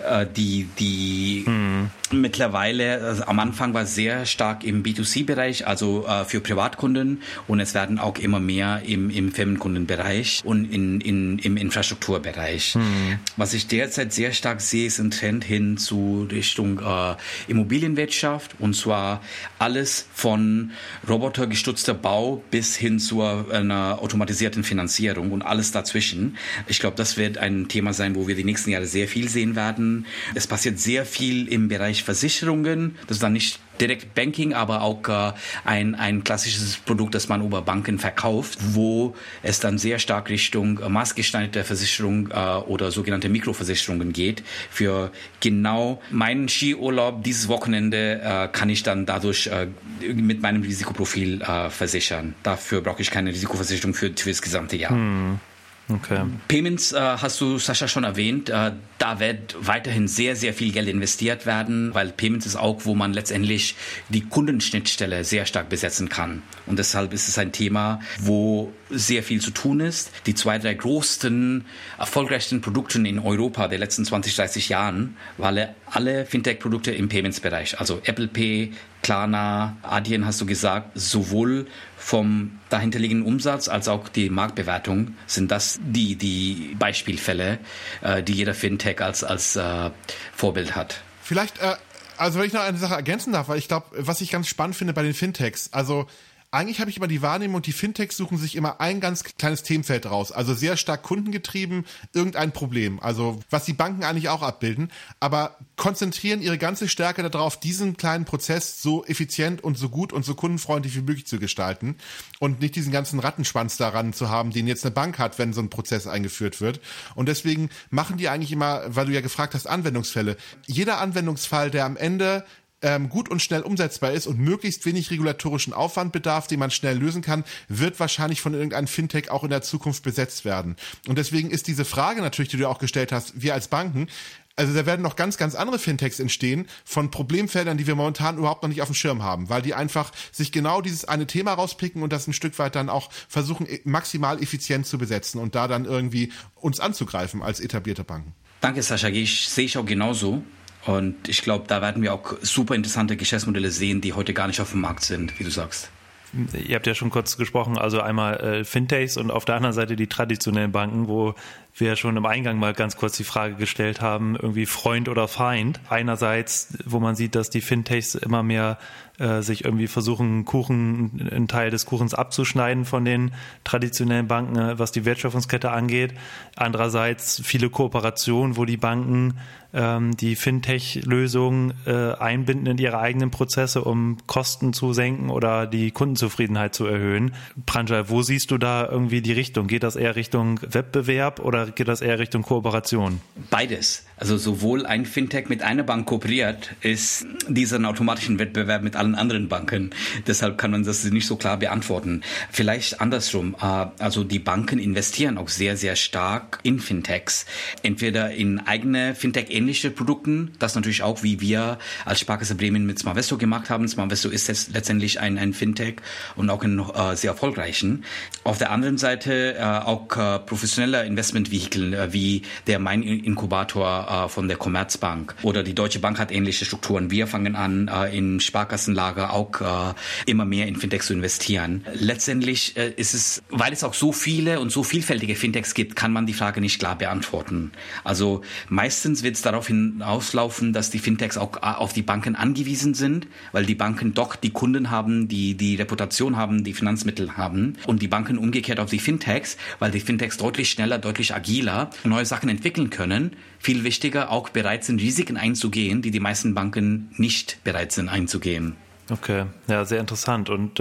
die mittlerweile, also am Anfang war es sehr stark im B2C-Bereich, also für Privatkunden, und es werden auch immer mehr im Firmenkundenbereich und im Infrastrukturbereich. Was ich derzeit sehr stark sehe, ist ein Trend hin zu Richtung Immobilienwirtschaft, und zwar alles von robotergestützter Bau bis hin zu einer automatisierten Finanzierung und alles dazwischen. Ich glaube, das wird ein Thema sein, wo wir die nächsten Jahre sehr viel sehen werden. Es passiert sehr viel im Bereich Versicherungen. Das ist dann nicht direkt Banking, aber auch ein klassisches Produkt, das man über Banken verkauft, wo es dann sehr stark Richtung maßgeschneiderte Versicherung oder sogenannte Mikroversicherungen geht. Für genau meinen Skiurlaub dieses Wochenende kann ich dann dadurch mit meinem Risikoprofil versichern. Dafür brauche ich keine Risikoversicherung für das gesamte Jahr. Okay. Payments hast du, Sascha, schon erwähnt. Da wird weiterhin sehr, sehr viel Geld investiert werden, weil Payments ist auch, wo man letztendlich die Kundenschnittstelle sehr stark besetzen kann. Und deshalb ist es ein Thema, wo sehr viel zu tun ist. Die 2, 3 größten, erfolgreichsten Produkte in Europa der letzten 20, 30 Jahren waren alle Fintech-Produkte im Payments-Bereich. Also Apple Pay, Klarna, Adyen hast du gesagt, sowohl vom dahinterliegenden Umsatz als auch die Marktbewertung sind das die Beispielfälle, die jeder Fintech als Vorbild hat. Vielleicht, also wenn ich noch eine Sache ergänzen darf, weil ich glaube, was ich ganz spannend finde bei den Fintechs, also eigentlich habe ich immer die Wahrnehmung, die Fintechs suchen sich immer ein ganz kleines Themenfeld raus. Also sehr stark kundengetrieben, irgendein Problem. Also was die Banken eigentlich auch abbilden. Aber konzentrieren ihre ganze Stärke darauf, diesen kleinen Prozess so effizient und so gut und so kundenfreundlich wie möglich zu gestalten. Und nicht diesen ganzen Rattenschwanz daran zu haben, den jetzt eine Bank hat, wenn so ein Prozess eingeführt wird. Und deswegen machen die eigentlich immer, weil du ja gefragt hast, Anwendungsfälle. Jeder Anwendungsfall, der am Ende gut und schnell umsetzbar ist und möglichst wenig regulatorischen Aufwand bedarf, den man schnell lösen kann, wird wahrscheinlich von irgendeinem Fintech auch in der Zukunft besetzt werden. Und deswegen ist diese Frage natürlich, die du auch gestellt hast, wir als Banken, also da werden noch ganz, ganz andere Fintechs entstehen von Problemfeldern, die wir momentan überhaupt noch nicht auf dem Schirm haben, weil die einfach sich genau dieses eine Thema rauspicken und das ein Stück weit dann auch versuchen, maximal effizient zu besetzen und da dann irgendwie uns anzugreifen als etablierte Banken. Danke, Sascha. Sehe ich auch genauso. Und ich glaube, da werden wir auch super interessante Geschäftsmodelle sehen, die heute gar nicht auf dem Markt sind, wie du sagst. Ihr habt ja schon kurz gesprochen, also einmal Fintechs und auf der anderen Seite die traditionellen Banken, wo wir schon im Eingang mal ganz kurz die Frage gestellt haben, irgendwie Freund oder Feind. Einerseits, wo man sieht, dass die Fintechs immer mehr sich irgendwie versuchen, einen Teil des Kuchens abzuschneiden von den traditionellen Banken, was die Wertschöpfungskette angeht. Andererseits viele Kooperationen, wo die Banken die Fintech-Lösungen einbinden in ihre eigenen Prozesse, um Kosten zu senken oder die Kundenzufriedenheit zu erhöhen. Pranjal, wo siehst du da irgendwie die Richtung? Geht das eher Richtung Wettbewerb oder geht das eher Richtung Kooperation? Beides. Also sowohl ein Fintech mit einer Bank kooperiert, ist dieser ein automatischen Wettbewerb mit allen anderen Banken. Deshalb kann man das nicht so klar beantworten. Vielleicht andersrum. Also die Banken investieren auch sehr, sehr stark in Fintechs. Entweder in eigene Fintech-ähnliche Produkte, das natürlich auch, wie wir als Sparkasse Bremen mit Smartvesto gemacht haben. Smartvesto ist jetzt letztendlich ein Fintech und auch ein sehr erfolgreichen. Auf der anderen Seite auch professionelle Investmentvehikel, wie der Mein-Inkubator von der Commerzbank oder die Deutsche Bank hat ähnliche Strukturen. Wir fangen an, in Sparkassenlager auch immer mehr in Fintechs zu investieren. Letztendlich ist es, weil es auch so viele und so vielfältige Fintechs gibt, kann man die Frage nicht klar beantworten. Also meistens wird es darauf hinauslaufen, dass die Fintechs auch auf die Banken angewiesen sind, weil die Banken doch die Kunden haben, die Reputation haben, die Finanzmittel haben und die Banken umgekehrt auf die Fintechs, weil die Fintechs deutlich schneller, deutlich agiler neue Sachen entwickeln können. Viel wichtiger, auch bereit sind, Risiken einzugehen, die meisten Banken nicht bereit sind einzugehen. Okay, ja, sehr interessant. Und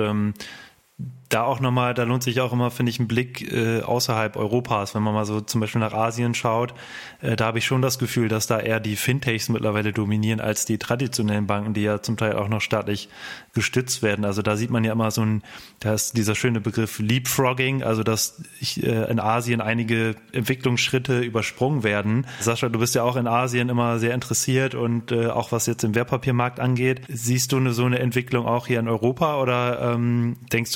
da auch nochmal, da lohnt sich auch immer, finde ich, ein Blick außerhalb Europas. Wenn man mal so zum Beispiel nach Asien schaut, da habe ich schon das Gefühl, dass da eher die Fintechs mittlerweile dominieren als die traditionellen Banken, die ja zum Teil auch noch staatlich gestützt werden. Also da sieht man ja immer da ist dieser schöne Begriff Leapfrogging, also dass in Asien einige Entwicklungsschritte übersprungen werden. Sascha, du bist ja auch in Asien immer sehr interessiert und auch was jetzt den Wertpapiermarkt angeht. Siehst du so eine Entwicklung auch hier in Europa oder denkst du, Europa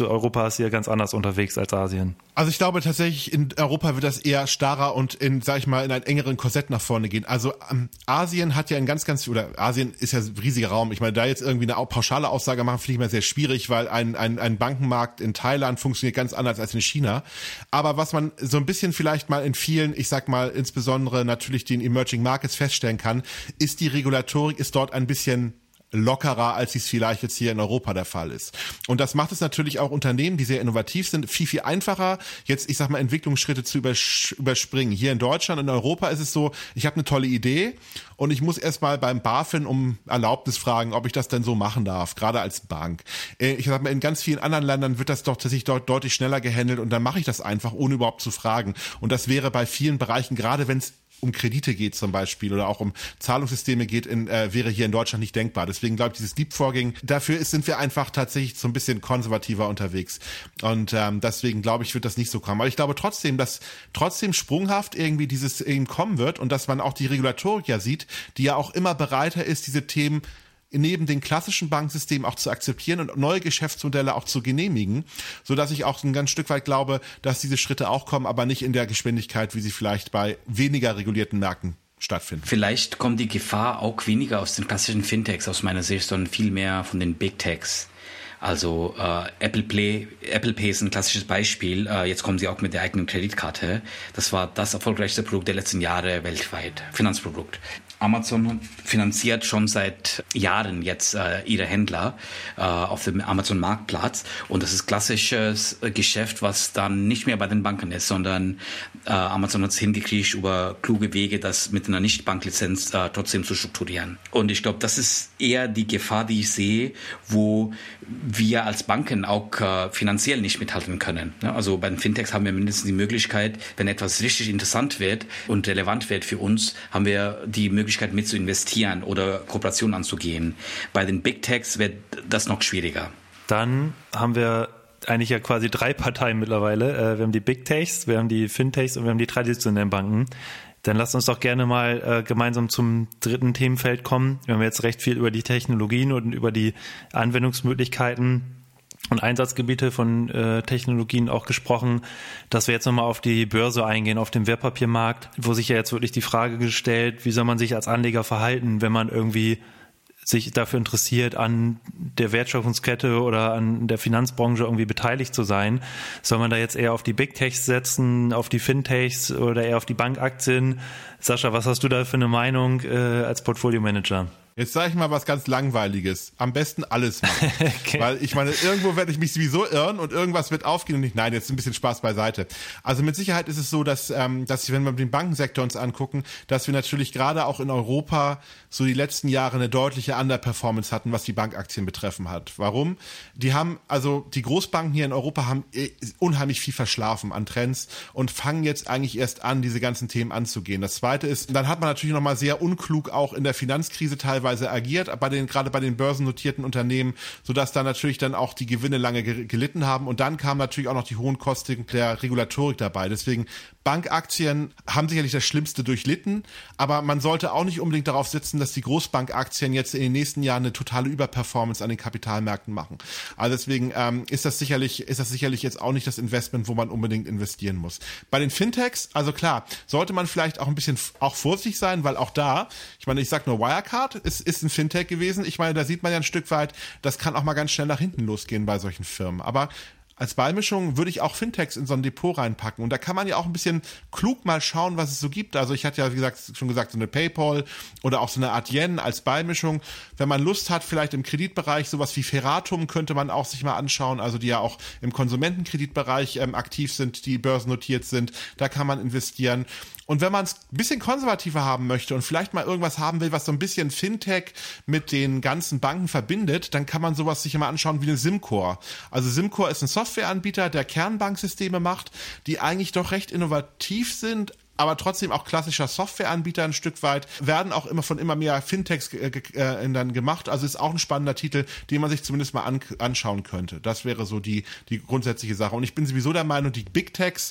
Europa ist hier ganz anders unterwegs als Asien? Also ich glaube tatsächlich, in Europa wird das eher starrer und in einen engeren Korsett nach vorne gehen. Also Asien hat ja Asien ist ja ein riesiger Raum. Ich meine, da jetzt irgendwie eine pauschale Aussage machen, finde ich immer sehr schwierig, weil ein Bankenmarkt in Thailand funktioniert ganz anders als in China. Aber was man so ein bisschen vielleicht mal in vielen, ich sag mal insbesondere natürlich den Emerging Markets feststellen kann, ist die Regulatorik ist dort ein bisschen lockerer, als es vielleicht jetzt hier in Europa der Fall ist. Und das macht es natürlich auch Unternehmen, die sehr innovativ sind, viel, viel einfacher, jetzt, ich sag mal, Entwicklungsschritte zu überspringen. Hier in Deutschland, in Europa ist es so, ich habe eine tolle Idee und ich muss erstmal beim BaFin um Erlaubnis fragen, ob ich das denn so machen darf, gerade als Bank. Ich sag mal, in ganz vielen anderen Ländern wird das doch tatsächlich deutlich schneller gehandelt und dann mache ich das einfach, ohne überhaupt zu fragen. Und das wäre bei vielen Bereichen, gerade wenn es um Kredite geht zum Beispiel oder auch um Zahlungssysteme geht, wäre hier in Deutschland nicht denkbar. Deswegen glaube ich, dieses Leapfrogging, dafür sind wir einfach tatsächlich so ein bisschen konservativer unterwegs. Und deswegen glaube ich, wird das nicht so kommen. Aber ich glaube trotzdem, dass trotzdem sprunghaft irgendwie dieses eben kommen wird und dass man auch die Regulatorik ja sieht, die ja auch immer bereiter ist, diese Themen neben den klassischen Banksystemen auch zu akzeptieren und neue Geschäftsmodelle auch zu genehmigen, sodass ich auch ein ganz Stück weit glaube, dass diese Schritte auch kommen, aber nicht in der Geschwindigkeit, wie sie vielleicht bei weniger regulierten Märkten stattfinden. Vielleicht kommt die Gefahr auch weniger aus den klassischen Fintechs aus meiner Sicht, sondern viel mehr von den Big Techs. Also Apple Pay ist ein klassisches Beispiel. Jetzt kommen sie auch mit der eigenen Kreditkarte. Das war das erfolgreichste Produkt der letzten Jahre weltweit, Finanzprodukt. Amazon finanziert schon seit Jahren jetzt ihre Händler auf dem Amazon-Marktplatz und das ist klassisches Geschäft, was dann nicht mehr bei den Banken ist, sondern Amazon hat es hingekriegt, über kluge Wege das mit einer Nicht-Banklizenz trotzdem zu strukturieren. Und ich glaube, das ist eher die Gefahr, die ich sehe, wo wir als Banken auch finanziell nicht mithalten können. Also bei den Fintechs haben wir mindestens die Möglichkeit, wenn etwas richtig interessant wird und relevant wird für uns, haben wir die Möglichkeit mit zu investieren oder Kooperationen anzugehen. Bei den Big Techs wird das noch schwieriger. Dann haben wir eigentlich ja quasi 3 Parteien mittlerweile. Wir haben die Big Techs, wir haben die Fintechs und wir haben die traditionellen Banken. Dann lasst uns doch gerne mal gemeinsam zum dritten Themenfeld kommen. Wir haben jetzt recht viel über die Technologien und über die Anwendungsmöglichkeiten und Einsatzgebiete von Technologien auch gesprochen, dass wir jetzt nochmal auf die Börse eingehen, auf den Wertpapiermarkt, wo sich ja jetzt wirklich die Frage gestellt, wie soll man sich als Anleger verhalten, wenn man irgendwie sich dafür interessiert, an der Wertschöpfungskette oder an der Finanzbranche irgendwie beteiligt zu sein. Soll man da jetzt eher auf die Big Techs setzen, auf die Fintechs oder eher auf die Bankaktien? Sascha, was hast du da für eine Meinung als Portfolio-Manager? Jetzt sage ich mal was ganz Langweiliges. Am besten alles machen. Okay. Weil ich meine, irgendwo werde ich mich sowieso irren und irgendwas wird aufgehen und nicht. Nein, jetzt ein bisschen Spaß beiseite. Also mit Sicherheit ist es so, dass wenn wir den Bankensektor uns angucken, dass wir natürlich gerade auch in Europa so die letzten Jahre eine deutliche Underperformance hatten, was die Bankaktien betreffen hat. Warum? Die Großbanken hier in Europa haben unheimlich viel verschlafen an Trends und fangen jetzt eigentlich erst an, diese ganzen Themen anzugehen. Das Zweite ist, dann hat man natürlich nochmal sehr unklug auch in der Finanzkrise teilweise agiert, gerade bei den börsennotierten Unternehmen, sodass da natürlich dann auch die Gewinne lange gelitten haben und dann kamen natürlich auch noch die hohen Kosten der Regulatorik dabei. Deswegen Bankaktien haben sicherlich das Schlimmste durchlitten, aber man sollte auch nicht unbedingt darauf setzen, dass die Großbankaktien jetzt in den nächsten Jahren eine totale Überperformance an den Kapitalmärkten machen. Also deswegen ist das sicherlich jetzt auch nicht das Investment, wo man unbedingt investieren muss. Bei den Fintechs, also klar, sollte man vielleicht auch ein bisschen auch vorsichtig sein, weil auch da, ich meine, ich sag nur Wirecard, ist ein Fintech gewesen. Ich meine, da sieht man ja ein Stück weit, das kann auch mal ganz schnell nach hinten losgehen bei solchen Firmen. Aber als Beimischung würde ich auch Fintechs in so ein Depot reinpacken. Und da kann man ja auch ein bisschen klug mal schauen, was es so gibt. Also ich hatte ja, wie schon gesagt, so eine PayPal oder auch so eine Adyen als Beimischung. Wenn man Lust hat, vielleicht im Kreditbereich, sowas wie Ferratum könnte man auch sich mal anschauen. Also die ja auch im Konsumentenkreditbereich aktiv sind, die börsennotiert sind. Da kann man investieren. Und wenn man es ein bisschen konservativer haben möchte und vielleicht mal irgendwas haben will, was so ein bisschen Fintech mit den ganzen Banken verbindet, dann kann man sowas sich mal anschauen wie eine SimCore. Also SimCore ist ein Softwareanbieter, der Kernbanksysteme macht, die eigentlich doch recht innovativ sind, aber trotzdem auch klassischer Softwareanbieter ein Stück weit, werden auch immer mehr Fintechs dann gemacht. Also ist auch ein spannender Titel, den man sich zumindest mal anschauen könnte. Das wäre so die grundsätzliche Sache. Und ich bin sowieso der Meinung, die Big Techs,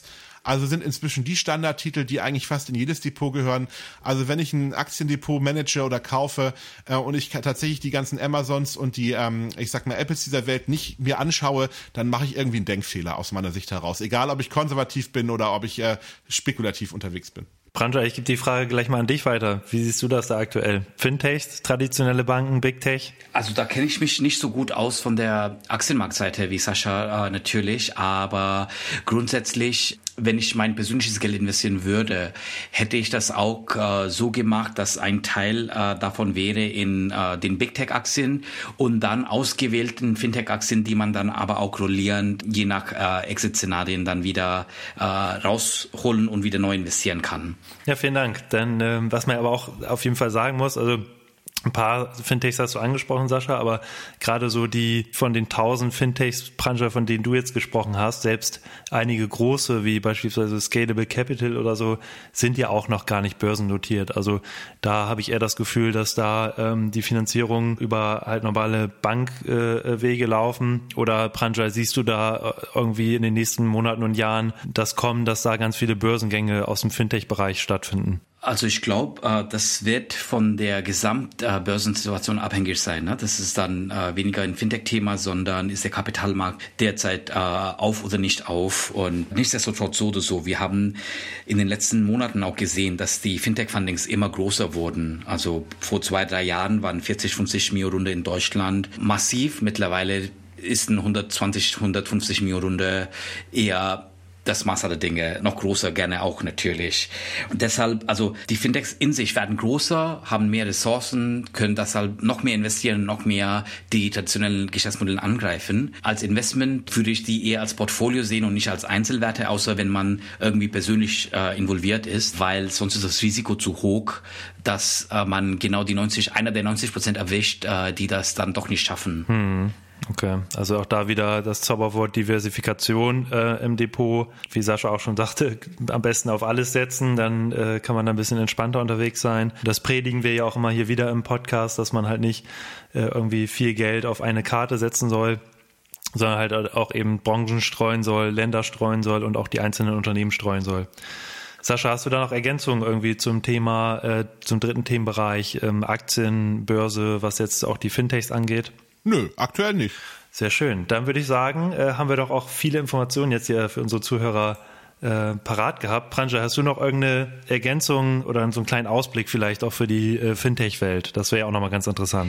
Also sind inzwischen die Standardtitel, die eigentlich fast in jedes Depot gehören. Also wenn ich ein Aktiendepot manage oder kaufe und ich tatsächlich die ganzen Amazons und die, ich sag mal, Apples dieser Welt nicht mir anschaue, dann mache ich irgendwie einen Denkfehler aus meiner Sicht heraus. Egal, ob ich konservativ bin oder ob ich spekulativ unterwegs bin. Pranja, ich gebe die Frage gleich mal an dich weiter. Wie siehst du das da aktuell? Fintechs, traditionelle Banken, Big Tech? Also da kenne ich mich nicht so gut aus von der Aktienmarktseite wie Sascha natürlich, aber grundsätzlich, wenn ich mein persönliches Geld investieren würde, hätte ich das auch so gemacht, dass ein Teil davon wäre in den Big Tech Aktien und dann ausgewählten Fintech Aktien, die man dann aber auch rollierend je nach Exit-Szenarien dann wieder rausholen und wieder neu investieren kann. Ja, vielen Dank. Denn was man aber auch auf jeden Fall sagen muss, also ein paar Fintechs hast du angesprochen, Sascha, aber gerade so die von den 1000 Fintechs, Pranja, von denen du jetzt gesprochen hast, selbst einige große, wie beispielsweise Scalable Capital oder so, sind ja auch noch gar nicht börsennotiert. Also da habe ich eher das Gefühl, dass da die Finanzierung über halt normale Bankwege laufen. Oder Pranja, siehst du da irgendwie in den nächsten Monaten und Jahren das kommen, dass da ganz viele Börsengänge aus dem Fintech-Bereich stattfinden? Also ich glaube, das wird von der Gesamtbörsensituation abhängig sein. Ne? Das ist dann weniger ein Fintech-Thema, sondern ist der Kapitalmarkt derzeit auf oder nicht auf. Und nichtsdestotrotz so oder so. Wir haben in den letzten Monaten auch gesehen, dass die Fintech-Fundings immer größer wurden. Also vor 2-3 Jahren waren 40-50 Mio Runde in Deutschland massiv. Mittlerweile ist ein 120-150 Mio Runde eher das Maß aller Dinge, noch größer gerne auch natürlich. Und deshalb, also die Fintechs in sich werden größer, haben mehr Ressourcen, können deshalb noch mehr investieren, noch mehr die traditionellen Geschäftsmodelle angreifen. Als Investment würde ich die eher als Portfolio sehen und nicht als Einzelwerte, außer wenn man irgendwie persönlich involviert ist, weil sonst ist das Risiko zu hoch, dass man genau einer der 90% erwischt, die das dann doch nicht schaffen. Okay, also auch da wieder das Zauberwort Diversifikation im Depot. Wie Sascha auch schon sagte, am besten auf alles setzen, dann kann man da ein bisschen entspannter unterwegs sein. Das predigen wir ja auch immer hier wieder im Podcast, dass man halt nicht irgendwie viel Geld auf eine Karte setzen soll, sondern halt auch eben Branchen streuen soll, Länder streuen soll und auch die einzelnen Unternehmen streuen soll. Sascha, hast du da noch Ergänzungen irgendwie zum Thema, zum dritten Themenbereich Aktien, Börse, was jetzt auch die Fintechs angeht? Nö, aktuell nicht. Sehr schön. Dann würde ich sagen, haben wir doch auch viele Informationen jetzt hier für unsere Zuhörer parat gehabt. Pranja, hast du noch irgendeine Ergänzung oder so einen kleinen Ausblick vielleicht auch für die Fintech-Welt? Das wäre ja auch nochmal ganz interessant.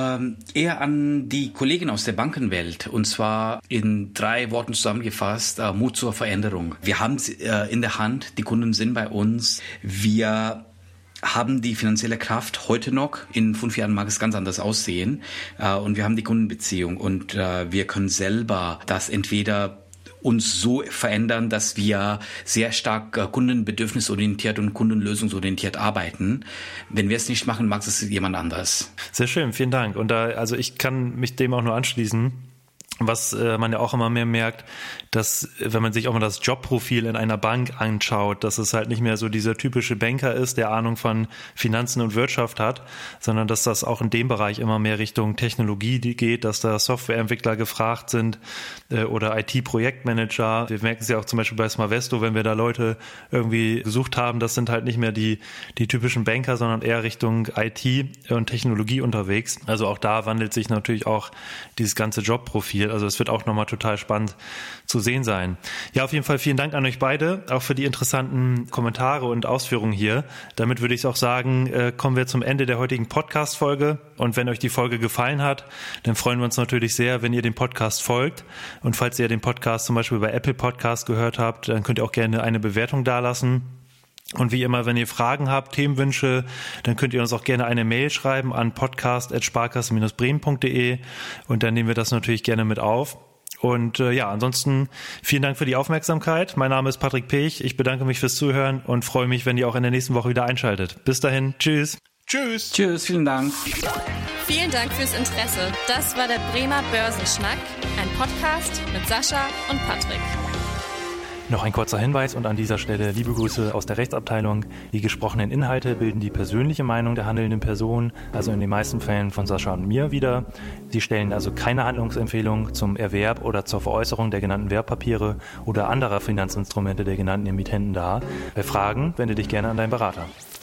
Eher an die Kollegen aus der Bankenwelt, und zwar in 3 Worten zusammengefasst: Mut zur Veränderung. Wir haben es in der Hand, die Kunden sind bei uns, wir haben die finanzielle Kraft heute noch. In 5 Jahren mag es ganz anders aussehen. Und wir haben die Kundenbeziehung und wir können selber das entweder uns so verändern, dass wir sehr stark kundenbedürfnisorientiert und kundenlösungsorientiert arbeiten. Wenn wir es nicht machen, mag es jemand anders. Sehr schön, vielen Dank. Und also ich kann mich dem auch nur anschließen. Was man ja auch immer mehr merkt, dass wenn man sich auch mal das Jobprofil in einer Bank anschaut, dass es halt nicht mehr so dieser typische Banker ist, der Ahnung von Finanzen und Wirtschaft hat, sondern dass das auch in dem Bereich immer mehr Richtung Technologie geht, dass da Softwareentwickler gefragt sind oder IT-Projektmanager. Wir merken es ja auch zum Beispiel bei Smartvesto, wenn wir da Leute irgendwie gesucht haben, das sind halt nicht mehr die typischen Banker, sondern eher Richtung IT und Technologie unterwegs. Also auch da wandelt sich natürlich auch dieses ganze Jobprofil. Also es wird auch nochmal total spannend zu sehen sein. Ja, auf jeden Fall vielen Dank an euch beide, auch für die interessanten Kommentare und Ausführungen hier. Damit würde ich auch sagen, kommen wir zum Ende der heutigen Podcast-Folge. Und wenn euch die Folge gefallen hat, dann freuen wir uns natürlich sehr, wenn ihr dem Podcast folgt. Und falls ihr den Podcast zum Beispiel bei Apple Podcast gehört habt, dann könnt ihr auch gerne eine Bewertung dalassen. Und wie immer, wenn ihr Fragen habt, Themenwünsche, dann könnt ihr uns auch gerne eine Mail schreiben an podcast@sparkasse-bremen.de und dann nehmen wir das natürlich gerne mit auf. Und ansonsten vielen Dank für die Aufmerksamkeit. Mein Name ist Patrick Pech. Ich bedanke mich fürs Zuhören und freue mich, wenn ihr auch in der nächsten Woche wieder einschaltet. Bis dahin, tschüss. Tschüss. Tschüss, vielen Dank. Vielen Dank fürs Interesse. Das war der Bremer Börsenschnack, ein Podcast mit Sascha und Patrick. Noch ein kurzer Hinweis und an dieser Stelle liebe Grüße aus der Rechtsabteilung. Die gesprochenen Inhalte bilden die persönliche Meinung der handelnden Person, also in den meisten Fällen von Sascha und mir wider. Sie stellen also keine Handlungsempfehlung zum Erwerb oder zur Veräußerung der genannten Wertpapiere oder anderer Finanzinstrumente der genannten Emittenten dar. Bei Fragen wende dich gerne an deinen Berater.